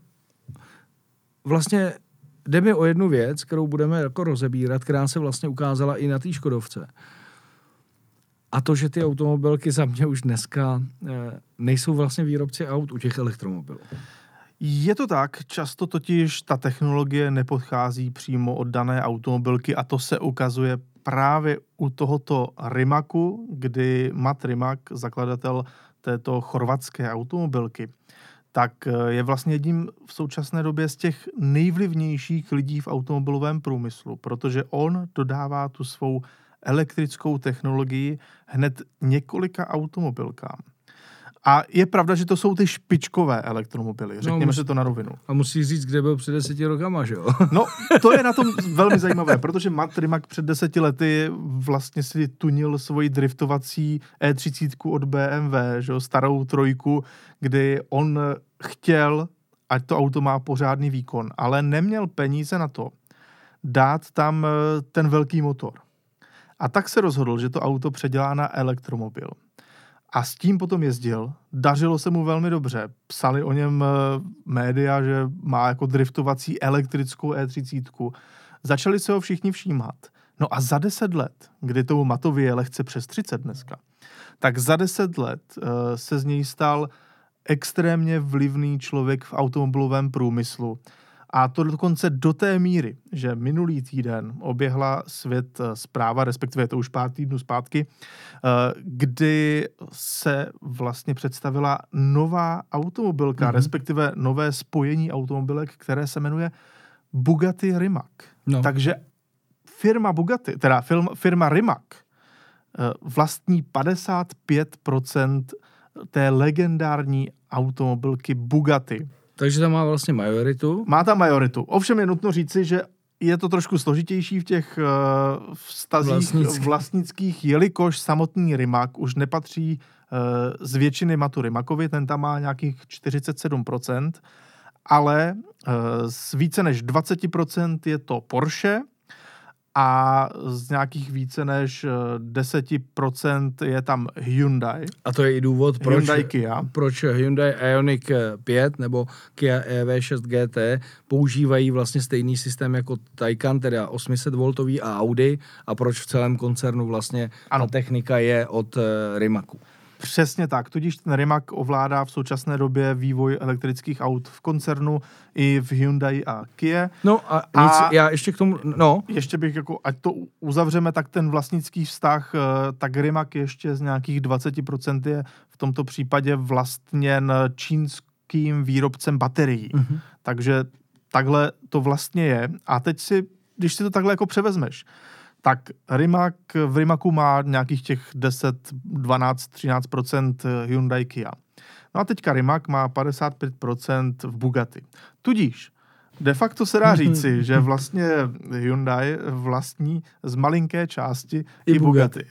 [SPEAKER 1] vlastně jde mi o jednu věc, kterou budeme jako rozebírat, která se vlastně ukázala i na té Škodovce. A to, že ty automobilky za mě už dneska nejsou vlastně výrobci aut u těch elektromobilů.
[SPEAKER 2] Je to tak, často totiž ta technologie nepodchází přímo od dané automobilky a to se ukazuje právě u tohoto Rimacu, kdy Matt Rimac, zakladatel této chorvatské automobilky, tak je vlastně jedním v současné době z těch nejvlivnějších lidí v automobilovém průmyslu, protože on dodává tu svou elektrickou technologii hned několika automobilkám. A je pravda, že to jsou ty špičkové elektromobily, řekněme si to na rovinu.
[SPEAKER 1] A musíš říct, kde byl před 10 rokama, že jo?
[SPEAKER 2] No, to je na tom velmi zajímavé, protože Matt Rimac před 10 lety vlastně si tunil svoji driftovací E30 od BMW, že jo, starou trojku, kdy on chtěl, ať to auto má pořádný výkon, ale neměl peníze na to dát tam ten velký motor. A tak se rozhodl, že to auto předělá na elektromobil. A s tím potom jezdil, dařilo se mu velmi dobře. Psali o něm média, že má jako driftovací elektrickou E30. Začali se ho všichni všímat. No a za 10 let, kdy tomu Mattovi je lehce přes 30 dneska, tak za 10 let se z něj stal extrémně vlivný člověk v automobilovém průmyslu. A to dokonce do té míry, že minulý týden oběhla svět zpráva, respektive to už pár týdnů zpátky, kdy se vlastně představila nová automobilka, respektive nové spojení automobilek, které se jmenuje Bugatti Rimac. No. Takže firma Bugatti, teda firma Rimac vlastní 55% té legendární automobilky Bugatti.
[SPEAKER 1] Takže tam má vlastně majoritu.
[SPEAKER 2] Má tam majoritu. Ovšem je nutno říci, že je to trošku složitější v těch vztazích vlastnických, jelikož samotný Rimac už nepatří z většiny Mattu Rimacovi, ten tam má nějakých 47%, ale z více než 20% je to Porsche a z nějakých více než 10% je tam Hyundai.
[SPEAKER 1] A to je i důvod, proč Hyundai Ioniq 5 nebo Kia EV6 GT používají vlastně stejný systém jako Taycan, teda 800V a Audi, a proč v celém koncernu vlastně ta technika je od Rimacu.
[SPEAKER 2] Přesně tak, tudíž ten Rimac ovládá v současné době vývoj elektrických aut v koncernu i v Hyundai a Kia.
[SPEAKER 1] No a já ještě k tomu,
[SPEAKER 2] ještě bych, jako, ať to uzavřeme, tak ten vlastnický vztah, tak Rimac ještě z nějakých 20% je v tomto případě vlastněn čínským výrobcem baterií. Takže takhle to vlastně je. A teď když si to takhle jako převezmeš, tak v Rimacu má nějakých těch 10, 12, 13% Hyundai Kia. No a teďka Rimac má 55% v Bugatti. Tudíž de facto se dá říci, že vlastně Hyundai vlastní z malinké části i Bugatti.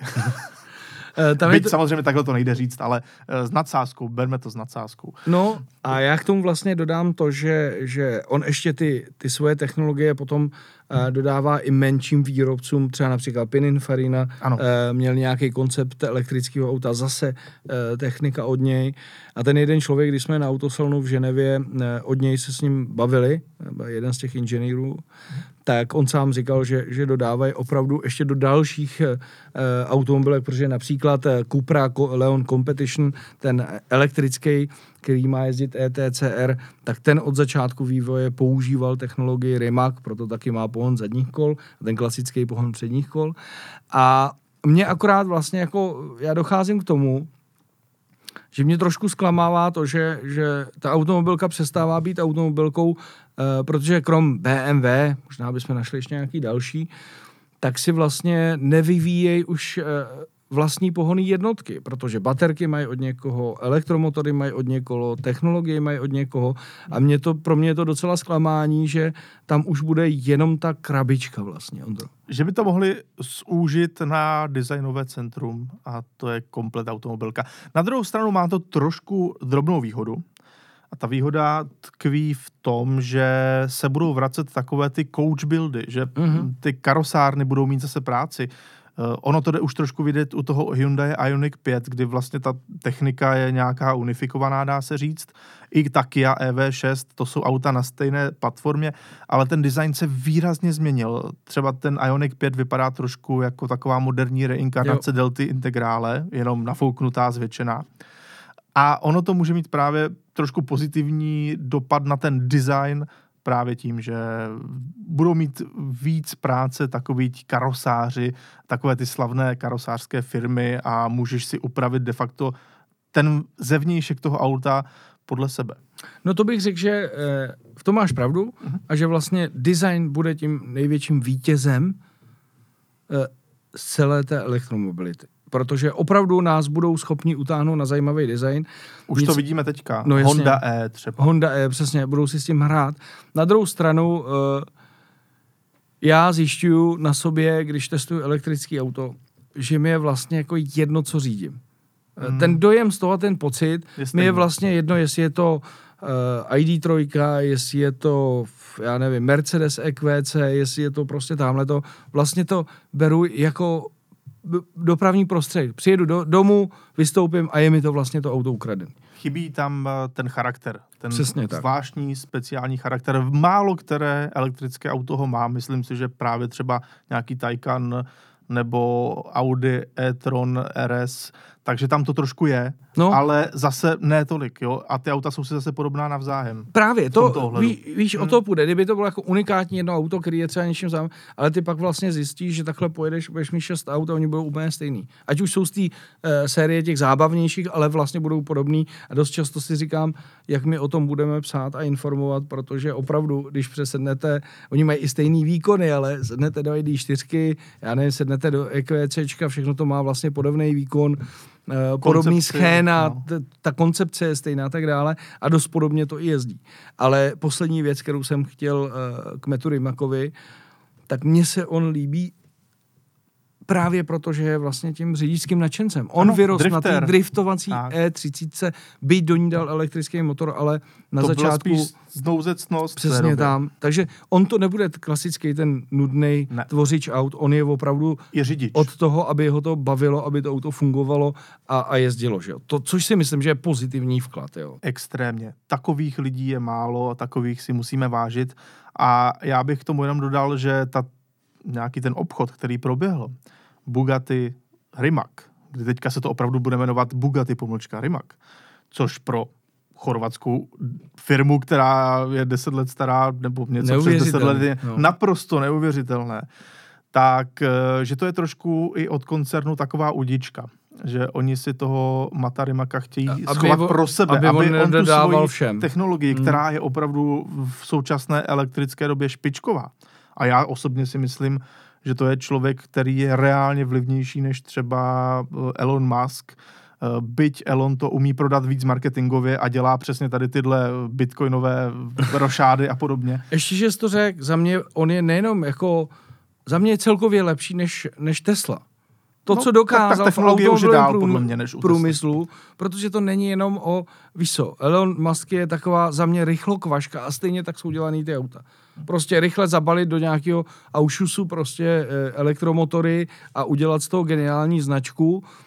[SPEAKER 2] Byť samozřejmě takhle to nejde říct, ale s nadsázkou, berme to s nadsázkou.
[SPEAKER 1] No a já k tomu vlastně dodám to, že on ještě ty svoje technologie potom dodává i menším výrobcům, třeba například Pininfarina měl nějaký koncept elektrického auta, zase technika od něj. A ten jeden člověk, když jsme na autosalonu v Ženevě, od něj se s ním bavili, jeden z těch inženýrů, tak on sám říkal, že dodávají opravdu ještě do dalších automobilek, protože například Cupra Leon Competition, ten elektrický, který má jezdit ETCR, tak ten od začátku vývoje používal technologii Rimac, proto taky má pohon zadních kol, ten klasický pohon předních kol. A mě akorát vlastně jako, já docházím k tomu, že mě trošku zklamává to, že ta automobilka přestává být automobilkou, protože krom BMW, možná bychom našli ještě nějaký další, tak si vlastně nevyvíjejí už vlastní pohonné jednotky, protože baterky mají od někoho, elektromotory mají od někoho, technologie mají od někoho a pro mě je to docela zklamání, že tam už bude jenom ta krabička vlastně, Ondro.
[SPEAKER 2] Že by to mohli zúžit na designové centrum a to je komplet automobilka. Na druhou stranu má to trošku drobnou výhodu a ta výhoda tkví v tom, že se budou vracet takové ty coach buildy, že ty karosárny budou mít zase práci. Ono to jde už trošku vidět u toho Hyundai Ioniq 5, kdy vlastně ta technika je nějaká unifikovaná, dá se říct. I ta Kia EV6, to jsou auta na stejné platformě, ale ten design se výrazně změnil. Třeba ten Ioniq 5 vypadá trošku jako taková moderní reinkarnace Delty Integrale, jenom nafouknutá, zvětšená. A ono to může mít právě trošku pozitivní dopad na ten design, právě tím, že budou mít víc práce takoví karosáři, takové ty slavné karosářské firmy a můžeš si upravit de facto ten zevnějšek toho auta podle sebe.
[SPEAKER 1] No to bych řekl, že v tom máš pravdu a že vlastně design bude tím největším vítězem z celé té elektromobility. Protože opravdu nás budou schopni utáhnout na zajímavý design.
[SPEAKER 2] Už to vidíme teďka.
[SPEAKER 1] No
[SPEAKER 2] Honda E třeba.
[SPEAKER 1] Honda E, přesně, budou si s tím hrát. Na druhou stranu, já zjišťuju na sobě, když testuju elektrický auto, že mi je vlastně jako jedno, co řídím. Ten dojem z toho, ten pocit, mi je vlastně jedno, jestli je to ID3, jestli je to, já nevím, Mercedes EQC, jestli je to prostě tamhleto. Vlastně to beru jako dopravní prostředek. Přijedu domů, vystoupím a je mi to vlastně to auto ukradené.
[SPEAKER 2] Chybí tam ten charakter, ten
[SPEAKER 1] přesně
[SPEAKER 2] zvláštní, speciální charakter. Málo které elektrické auto ho má. Myslím si, že právě třeba nějaký Taycan nebo Audi e-tron RS, takže tam to trošku je, ale zase ne tolik, jo? A ty auta jsou si zase podobná navzájem.
[SPEAKER 1] Právě, to víš, o to půjde. Kdyby to bylo jako unikátní jedno auto, který je třeba něčím zájem, ale ty pak vlastně zjistíš, že takhle pojedeš, budeš mít 6 aut a oni budou úplně stejný. Ať už jsou z té série těch zábavnějších, ale vlastně budou podobný a dost často si říkám, jak my o tom budeme psát a informovat, protože opravdu, když přesednete, oni mají i stejný výkony, ale sednete do ID4, já nevím, sednete do EQCčka, všechno to má vlastně podobný výkon, podobný schéna, ta koncepce je stejná a tak dále a dost podobně to i jezdí. Ale poslední věc, kterou jsem chtěl k Mattu Rimacovi, tak mně se on líbí právě proto, že je vlastně tím řidičským nadšencem. On vyrostl na té driftovací E30, byť do ní dal elektrický motor, ale na začátku...
[SPEAKER 2] To byla spíš znouzecnost.
[SPEAKER 1] Přesně tam. Takže on to nebude klasický ten nudnej tvořič aut, on je opravdu od toho, aby ho to bavilo, aby to auto fungovalo a jezdilo. Že jo? To, což si myslím, že je pozitivní vklad. Jo?
[SPEAKER 2] Extrémně. Takových lidí je málo a takových si musíme vážit. A já bych k tomu jenom dodal, že nějaký ten obchod, který proběhl, Bugatti Rimac, kdy teďka se to opravdu bude jmenovat Bugatti _ Rimac, což pro chorvatskou firmu, která je 10 let stará, nebo něco přes 10 let, je naprosto neuvěřitelné. Tak, že to je trošku i od koncernu taková udička, že oni si toho Matta Rimaca chtějí schovat pro sebe, aby on tu svoji technologii, která je opravdu v současné elektrické době špičková. A já osobně si myslím, že to je člověk, který je reálně vlivnější než třeba Elon Musk. Byť Elon to umí prodat víc marketingově a dělá přesně tady tyhle bitcoinové rošády a podobně.
[SPEAKER 1] Ještě, že jsi to řekl, za mě on je nejenom jako, za mě je celkově lepší než Tesla. To, co dokázal v automobilovém průmyslu, protože to není jenom o, víš co, Elon Musk je taková za mě rychlokvaška a stejně tak jsou dělaný ty auta. Prostě rychle zabalit do nějakého Auschusu prostě elektromotory a udělat z toho geniální značku.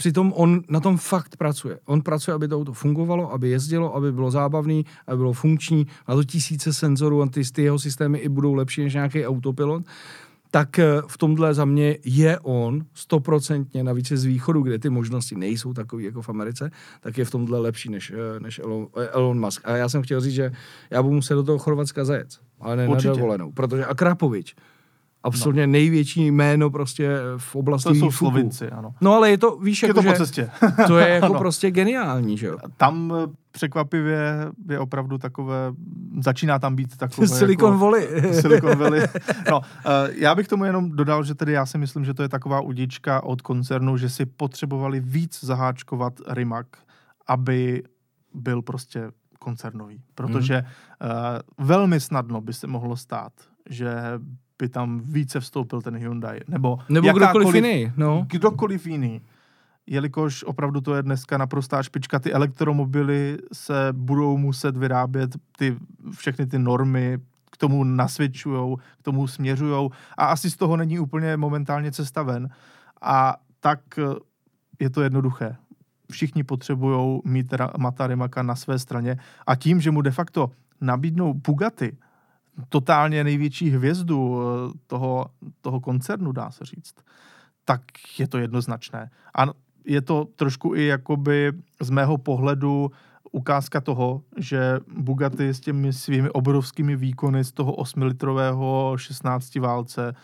[SPEAKER 1] přitom on na tom fakt pracuje. On pracuje, aby to auto fungovalo, aby jezdilo, aby bylo zábavný, aby bylo funkční. Má to tisíce senzorů a ty jeho systémy i budou lepší než nějaký autopilot. Tak v tomhle za mě je on 100% navíc z východu, kde ty možnosti nejsou takový jako v Americe, tak je v tomhle lepší než Elon Musk. A já jsem chtěl říct, že já budu muset do toho Chorvatska zajet, ale ne na dovolenou, protože Akrapovič, absolutně největší jméno prostě v oblasti
[SPEAKER 2] výfuku.
[SPEAKER 1] To jsou
[SPEAKER 2] Slovinci, ano.
[SPEAKER 1] No ale je to, víš, jako,
[SPEAKER 2] je to po cestě.
[SPEAKER 1] To je jako prostě geniální, že jo.
[SPEAKER 2] Tam překvapivě je opravdu takové, začíná tam být takové
[SPEAKER 1] Silicon Valley.
[SPEAKER 2] Silicon Valley. No, já bych tomu jenom dodal, že tedy já si myslím, že to je taková udička od koncernu, že si potřebovali víc zaháčkovat Rimac, aby byl prostě koncernový. Protože velmi snadno by se mohlo stát, že by tam více vstoupil ten Hyundai. Nebo
[SPEAKER 1] kdokoliv jiný. No.
[SPEAKER 2] Kdokoliv jiný. Jelikož opravdu to je dneska naprostá špička, ty elektromobily se budou muset vyrábět, všechny ty normy k tomu nasvědčujou, k tomu směřujou a asi z toho není úplně momentálně cesta ven. A tak je to jednoduché. Všichni potřebují mít Mata Rimaca na své straně a tím, že mu de facto nabídnou Bugatti, totálně největší hvězdu toho koncernu, dá se říct, tak je to jednoznačné. A je to trošku i jakoby z mého pohledu ukázka toho, že Bugatti s těmi svými obrovskými výkony z toho 8-litrového 16 válce,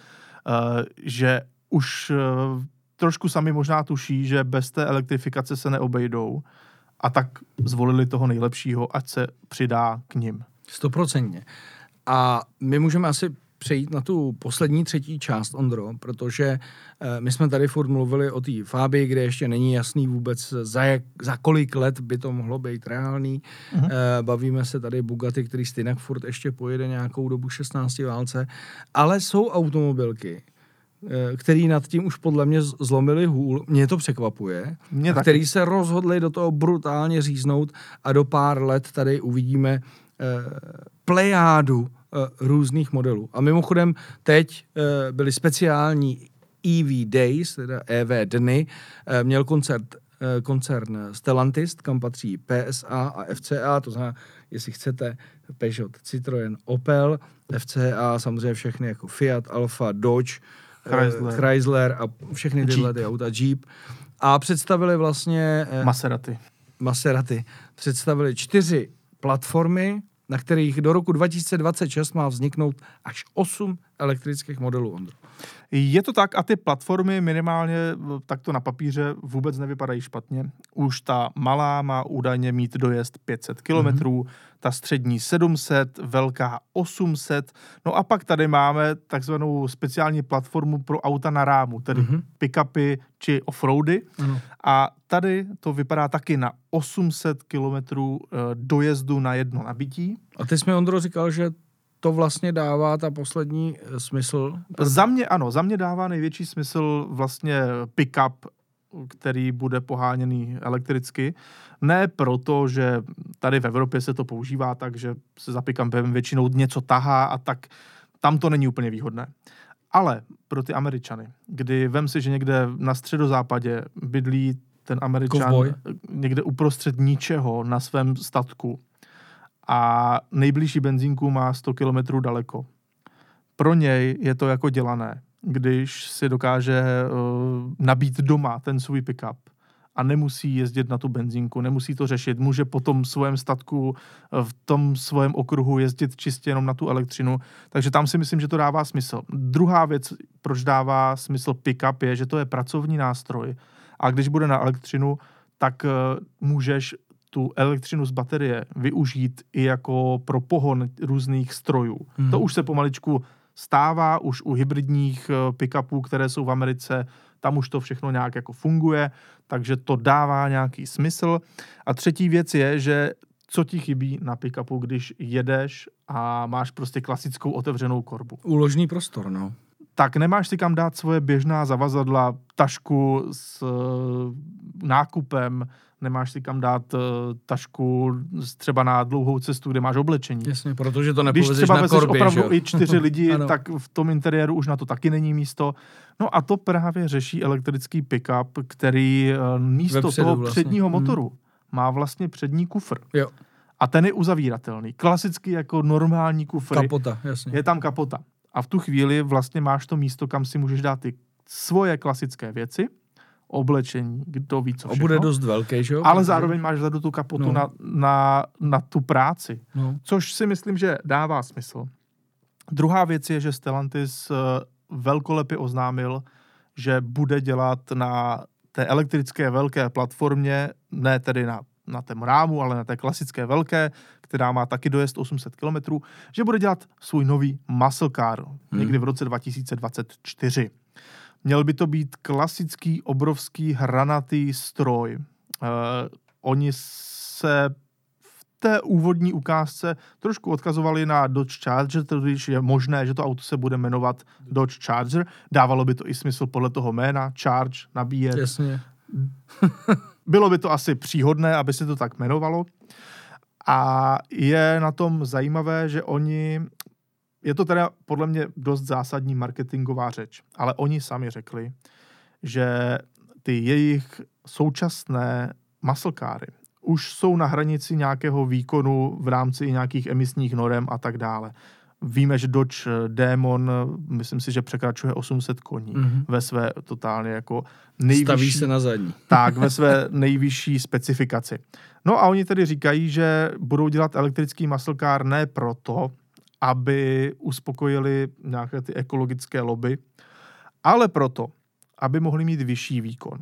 [SPEAKER 2] že už trošku sami možná tuší, že bez té elektrifikace se neobejdou a tak zvolili toho nejlepšího, ať se přidá k nim.
[SPEAKER 1] 100%. A my můžeme asi přejít na tu poslední třetí část, Ondro, protože my jsme tady furt mluvili o té Fabii, kde ještě není jasný vůbec za kolik let by to mohlo být reálný. Bavíme se tady Bugatti, který stejně furt ještě pojede nějakou dobu 16 válce, ale jsou automobilky, který nad tím už podle mě zlomili hůl, mě to překvapuje, který se rozhodli do toho brutálně říznout a do pár let tady uvidíme plejádu různých modelů. A mimochodem teď byly speciální EV Days, teda EV dny, měl koncern Stellantis, kam patří PSA a FCA, to znamená, jestli chcete Peugeot, Citroën, Opel, FCA, samozřejmě všechny jako Fiat, Alfa, Dodge, Chrysler a všechny tyhle ty auta, Jeep. A představili vlastně Maserati. Představili 4 platformy, na kterých do roku 2026 má vzniknout až 8 elektrických modelů, Ondro.
[SPEAKER 2] Je to tak a ty platformy minimálně takto na papíře vůbec nevypadají špatně. Už ta malá má údajně mít dojezd 500 kilometrů, ta střední 700, velká 800. No a pak tady máme takzvanou speciální platformu pro auta na rámu, tedy pick-upy či offroady. A tady to vypadá taky na 800 kilometrů dojezdu na jedno nabití.
[SPEAKER 1] A ty jsi mi, Ondro, říkal, že to vlastně dává ta poslední smysl?
[SPEAKER 2] Za mě dává největší smysl vlastně pick-up, který bude poháněný elektricky. Ne proto, že tady v Evropě se to používá tak, že se za pick-upem většinou něco tahá a tak tam to není úplně výhodné. Ale pro ty Američany, kdy vem si, že někde na středozápadě bydlí ten Američan někde uprostřed ničeho na svém statku a nejbližší benzínku má 100 kilometrů daleko. Pro něj je to jako dělané, když si dokáže nabít doma ten svůj pick-up a nemusí jezdit na tu benzínku, nemusí to řešit, může po tom svém statku, v tom svém okruhu jezdit čistě jenom na tu elektřinu, takže tam si myslím, že to dává smysl. Druhá věc, proč dává smysl pick-up, je, že to je pracovní nástroj a když bude na elektřinu, tak můžeš tu elektřinu z baterie využít i jako pro pohon různých strojů. To už se pomaličku stává, už u hybridních pick-upů, které jsou v Americe, tam už to všechno nějak jako funguje, takže to dává nějaký smysl. A třetí věc je, že co ti chybí na pick-upu, když jedeš a máš prostě klasickou otevřenou korbu.
[SPEAKER 1] Úložný prostor, no.
[SPEAKER 2] tak nemáš si kam dát svoje běžná zavazadla, tašku s nákupem, nemáš si kam dát tašku třeba na dlouhou cestu, kde máš oblečení.
[SPEAKER 1] Jasně, protože to
[SPEAKER 2] Když
[SPEAKER 1] nepovezeš
[SPEAKER 2] třeba
[SPEAKER 1] na korbě,
[SPEAKER 2] opravdu
[SPEAKER 1] že?
[SPEAKER 2] i 4 lidi, tak v tom interiéru už na to taky není místo. No a to právě řeší elektrický pick-up, který místo
[SPEAKER 1] Vepředu
[SPEAKER 2] toho
[SPEAKER 1] vlastně.
[SPEAKER 2] předního motoru má vlastně přední kufr.
[SPEAKER 1] Jo.
[SPEAKER 2] A ten je uzavíratelný. Klasicky jako normální kufr.
[SPEAKER 1] Kapota, jasně.
[SPEAKER 2] Je tam kapota. A v tu chvíli vlastně máš to místo, kam si můžeš dát ty svoje klasické věci, oblečení, kdo ví co všechno.
[SPEAKER 1] Bude dost velký, že jo?
[SPEAKER 2] Ale zároveň máš vzadu tu kapotu na tu práci.
[SPEAKER 1] No.
[SPEAKER 2] Což si myslím, že dává smysl. Druhá věc je, že Stellantis velkolepě oznámil, že bude dělat na té elektrické velké platformě, ne tedy na tém rámu, ale na té klasické velké, která má taky dojezd 800 km, že bude dělat svůj nový muscle car někdy v roce 2024. Měl by to být klasický, obrovský, hranatý stroj. Oni se v té úvodní ukázce trošku odkazovali na Dodge Charger, když je možné, že to auto se bude jmenovat Dodge Charger. Dávalo by to i smysl podle toho jména, charge, nabíjet.
[SPEAKER 1] Jasně.
[SPEAKER 2] Bylo by to asi příhodné, aby se to tak jmenovalo. A je na tom zajímavé, že je to teda podle mě dost zásadní marketingová řeč, ale oni sami řekli, že ty jejich současné muscle cary už jsou na hranici nějakého výkonu v rámci i nějakých emisních norem a tak dále. Víme, že Dodge Demon, myslím si, že překračuje 800 koní ve své totálně jako nejvyšší...
[SPEAKER 1] Staví se na zadní.
[SPEAKER 2] Tak, ve své nejvyšší specifikaci. No a oni tedy říkají, že budou dělat elektrický muscle car ne proto, aby uspokojili nějaké ty ekologické lobby, ale proto, aby mohli mít vyšší výkon.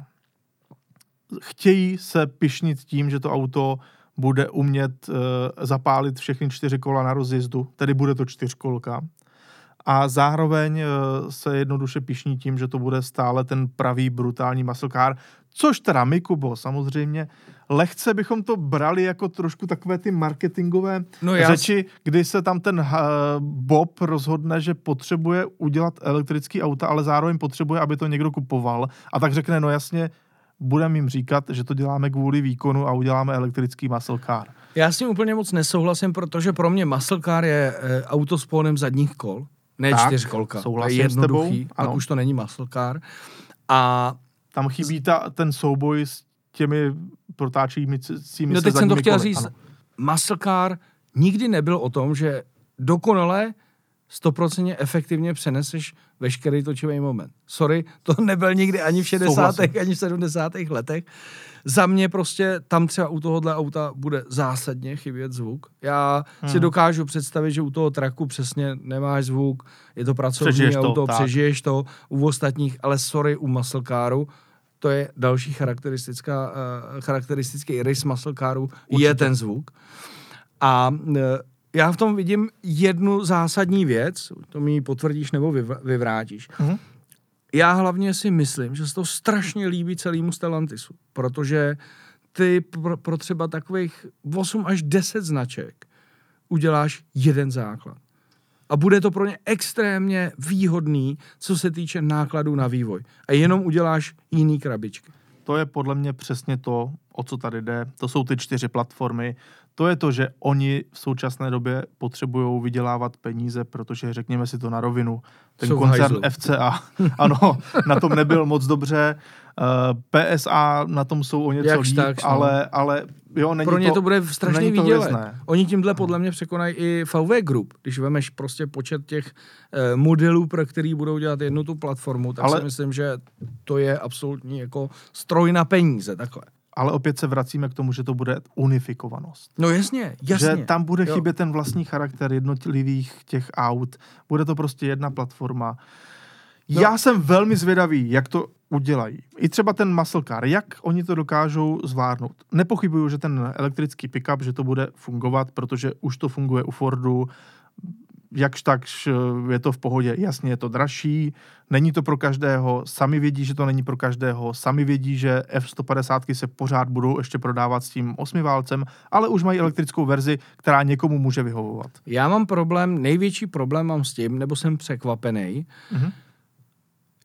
[SPEAKER 2] Chtějí se pyšnit tím, že to auto bude umět zapálit všechny 4 kola na rozjezdu, tedy bude to 4kolka. A zároveň se jednoduše pyšní tím, že to bude stále ten pravý brutální muscle car, což teda my, Kubo, samozřejmě lehce bychom to brali jako trošku takové ty marketingové řeči, kdy se tam ten Bob rozhodne, že potřebuje udělat elektrický auta, ale zároveň potřebuje, aby to někdo kupoval. A tak řekne, no jasně, budeme jim říkat, že to děláme kvůli výkonu a uděláme elektrický muscle car.
[SPEAKER 1] Já s tím úplně moc nesouhlasím, protože pro mě muscle car je auto s pohnem zadních kol, ne 4kolka.
[SPEAKER 2] Souhlasím
[SPEAKER 1] je jednoduchý,
[SPEAKER 2] s tebou.
[SPEAKER 1] Pak už to není muscle car. A
[SPEAKER 2] tam chybí ten souboj s těmi protáčícími se zadními
[SPEAKER 1] no teď jsem to chtěl říct.
[SPEAKER 2] Ano.
[SPEAKER 1] Muscle car nikdy nebyl o tom, že dokonale 100% efektivně přeneseš veškerý točivý moment. Sorry, to nebyl nikdy ani v 60. ani v 70. letech. Za mě prostě tam třeba u tohohle auta bude zásadně chybět zvuk. Já si dokážu představit, že u toho traku přesně nemáš zvuk, je to pracovní auto, přežiješ to u ostatních, ale sorry, u muscle caru, to je další charakteristický rys muscle caru, je ten zvuk. A já v tom vidím jednu zásadní věc, to mi potvrdíš nebo vyvrátíš. Já hlavně si myslím, že se to strašně líbí celému Stellantisu, protože ty pro třeba takových 8 až 10 značek uděláš jeden základ. A bude to pro ně extrémně výhodný, co se týče nákladů na vývoj. A jenom uděláš jiný krabičky.
[SPEAKER 2] To je podle mě přesně to, o co tady jde. To jsou ty 4 platformy. To je to, že oni v současné době potřebují vydělávat peníze, protože řekněme si to na rovinu. Ten koncern FCA, ano, na tom nebyl moc dobře. PSA na tom jsou o něco líp, ale jo, není
[SPEAKER 1] pro ně to bude strašně výdělek. Oni tímhle podle mě překonají i VW Group. Když vemeš prostě počet těch modelů, pro který budou dělat jednu tu platformu, tak si myslím, že to je absolutní jako stroj na peníze, takhle.
[SPEAKER 2] Ale opět se vracíme k tomu, že to bude unifikovanost.
[SPEAKER 1] No jasně.
[SPEAKER 2] Že tam bude chybět ten vlastní charakter jednotlivých těch aut. Bude to prostě jedna platforma. No. Já jsem velmi zvědavý, jak to udělají. I třeba ten muscle car, jak oni to dokážou zvládnout. Nepochybuju, že ten elektrický pick-up, že to bude fungovat, protože už to funguje u Fordu. Jakž takž je to v pohodě. Jasně, je to dražší, není to pro každého, sami vědí, že to není pro každého, sami vědí, že F-150 se pořád budou ještě prodávat s tím 8válcem, ale už mají elektrickou verzi, která někomu může vyhovovat.
[SPEAKER 1] Já mám největší problém mám s tím, nebo jsem překvapený,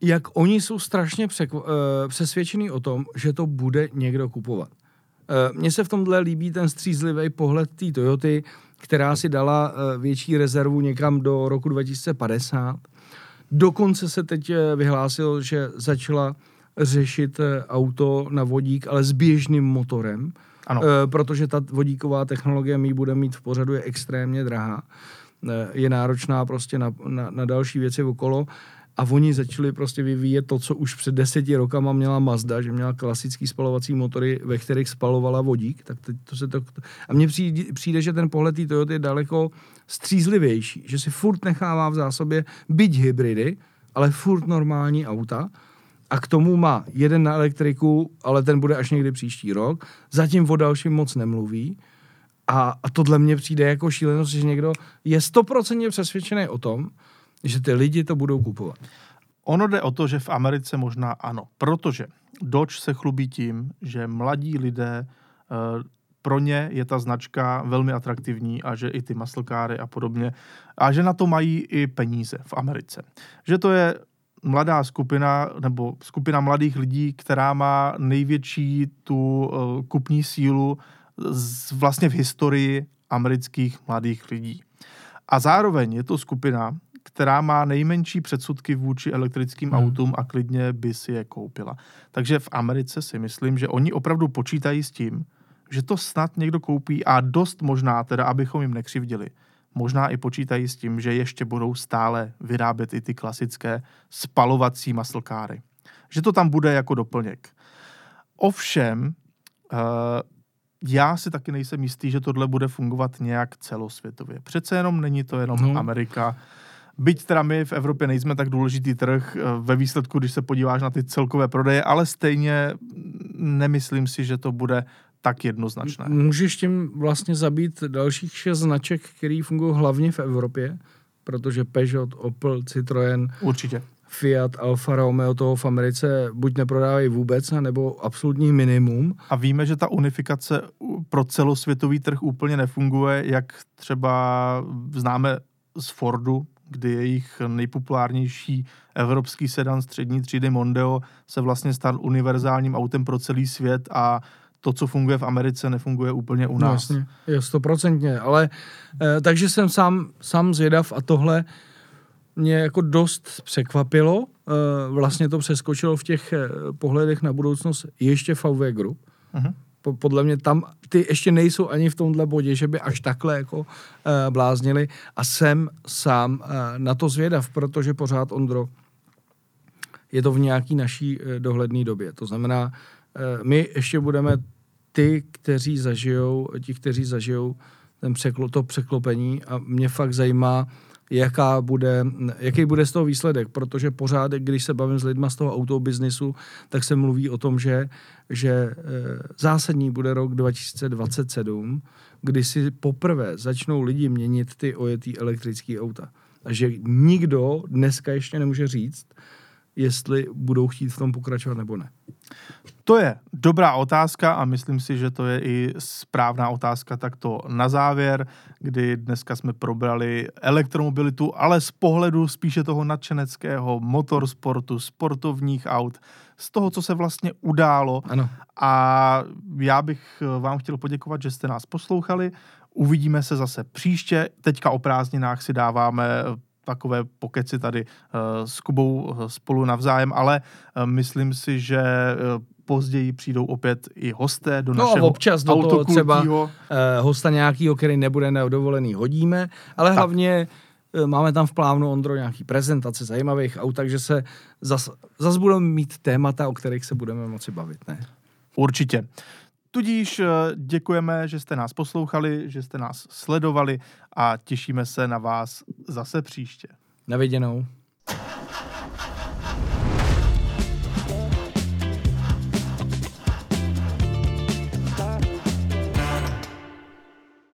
[SPEAKER 1] jak oni jsou strašně přesvědčený o tom, že to bude někdo kupovat. Mně se v tomhle líbí ten střízlivý pohled té Toyoty, která si dala větší rezervu někam do roku 2050. Dokonce se teď vyhlásil, že začala řešit auto na vodík, ale s běžným motorem, protože ta vodíková technologie mi bude mít v pořadu, je extrémně drahá. Je náročná prostě na další věci okolo. A oni začali prostě vyvíjet to, co už před 10 rokama měla Mazda, že měla klasický spalovací motory, ve kterých spalovala vodík. Tak a mně přijde, že ten pohled té Toyoty je daleko střízlivější, že si furt nechává v zásobě byť hybridy, ale furt normální auta. A k tomu má jeden na elektriku, ale ten bude až někdy příští rok. Zatím o dalším moc nemluví. A tohle mně přijde jako šílenost, že někdo je 100% přesvědčený o tom, že ty lidi to budou kupovat.
[SPEAKER 2] Ono jde o to, že v Americe možná ano, protože Dodge se chlubí tím, že mladí lidé, pro ně je ta značka velmi atraktivní a že i ty muscle cary a podobně, a že na to mají i peníze v Americe. Že to je mladá skupina, nebo skupina mladých lidí, která má největší tu kupní sílu vlastně v historii amerických mladých lidí. A zároveň je to skupina, která má nejmenší předsudky vůči elektrickým autům a klidně by si je koupila. Takže v Americe si myslím, že oni opravdu počítají s tím, že to snad někdo koupí a dost možná, teda abychom jim nekřivdili, možná i počítají s tím, že ještě budou stále vyrábět i ty klasické spalovací muscle cary. Že to tam bude jako doplněk. Ovšem, já si taky nejsem jistý, že tohle bude fungovat nějak celosvětově. Přece jenom není to jenom Amerika. Byť teda my v Evropě nejsme tak důležitý trh ve výsledku, když se podíváš na ty celkové prodeje, ale stejně nemyslím si, že to bude tak jednoznačné.
[SPEAKER 1] Můžeš tím vlastně zabít dalších 6 značek, které fungují hlavně v Evropě, protože Peugeot, Opel, Citroën,
[SPEAKER 2] určitě
[SPEAKER 1] Fiat, Alfa Romeo toho v Americe buď neprodávají vůbec, nebo absolutní minimum.
[SPEAKER 2] A víme, že ta unifikace pro celosvětový trh úplně nefunguje, jak třeba známe z Fordu, kdy jejich nejpopulárnější evropský sedan střední třídy Mondeo se vlastně stal univerzálním autem pro celý svět a to, co funguje v Americe, nefunguje úplně u nás.
[SPEAKER 1] Jasně, je 100%, ale takže jsem sám zvědav a tohle mě jako dost překvapilo. Vlastně to přeskočilo v těch pohledech na budoucnost ještě VW Group. Uh-huh. Podle mě tam ty ještě nejsou ani v tomhle bodě, že by až takhle jako bláznili a jsem sám na to zvědav, protože pořád, Ondro, je to v nějaký naší dohledné době. To znamená, my ještě budeme ti, kteří zažijou to překlopení a mě fakt zajímá, jaký bude z toho výsledek, protože pořád, když se bavím s lidma z toho autobiznisu, tak se mluví o tom, že zásadní bude rok 2027, kdy si poprvé začnou lidi měnit ty ojetý elektrické auta. A že nikdo dneska ještě nemůže říct, jestli budou chtít v tom pokračovat nebo ne.
[SPEAKER 2] To je dobrá otázka a myslím si, že to je i správná otázka takto na závěr, kdy dneska jsme probrali elektromobilitu, ale z pohledu spíše toho nadšeneckého motorsportu, sportovních aut, z toho, co se vlastně událo.
[SPEAKER 1] Ano.
[SPEAKER 2] A já bych vám chtěl poděkovat, že jste nás poslouchali. Uvidíme se zase příště. Teďka o prázdninách si dáváme takové pokeci tady s Kubou spolu navzájem, ale myslím si, že později přijdou opět i hosté do našeho
[SPEAKER 1] občas do toho třeba hosta nějakýho, který nebude na dovolený, hodíme, ale hlavně máme tam v plánu, Ondro, nějaký prezentace zajímavých aut, takže se zas budeme mít témata, o kterých se budeme moci bavit, ne?
[SPEAKER 2] Určitě. Tudíž děkujeme, že jste nás poslouchali, že jste nás sledovali a těšíme se na vás zase příště.
[SPEAKER 1] Na viděnou.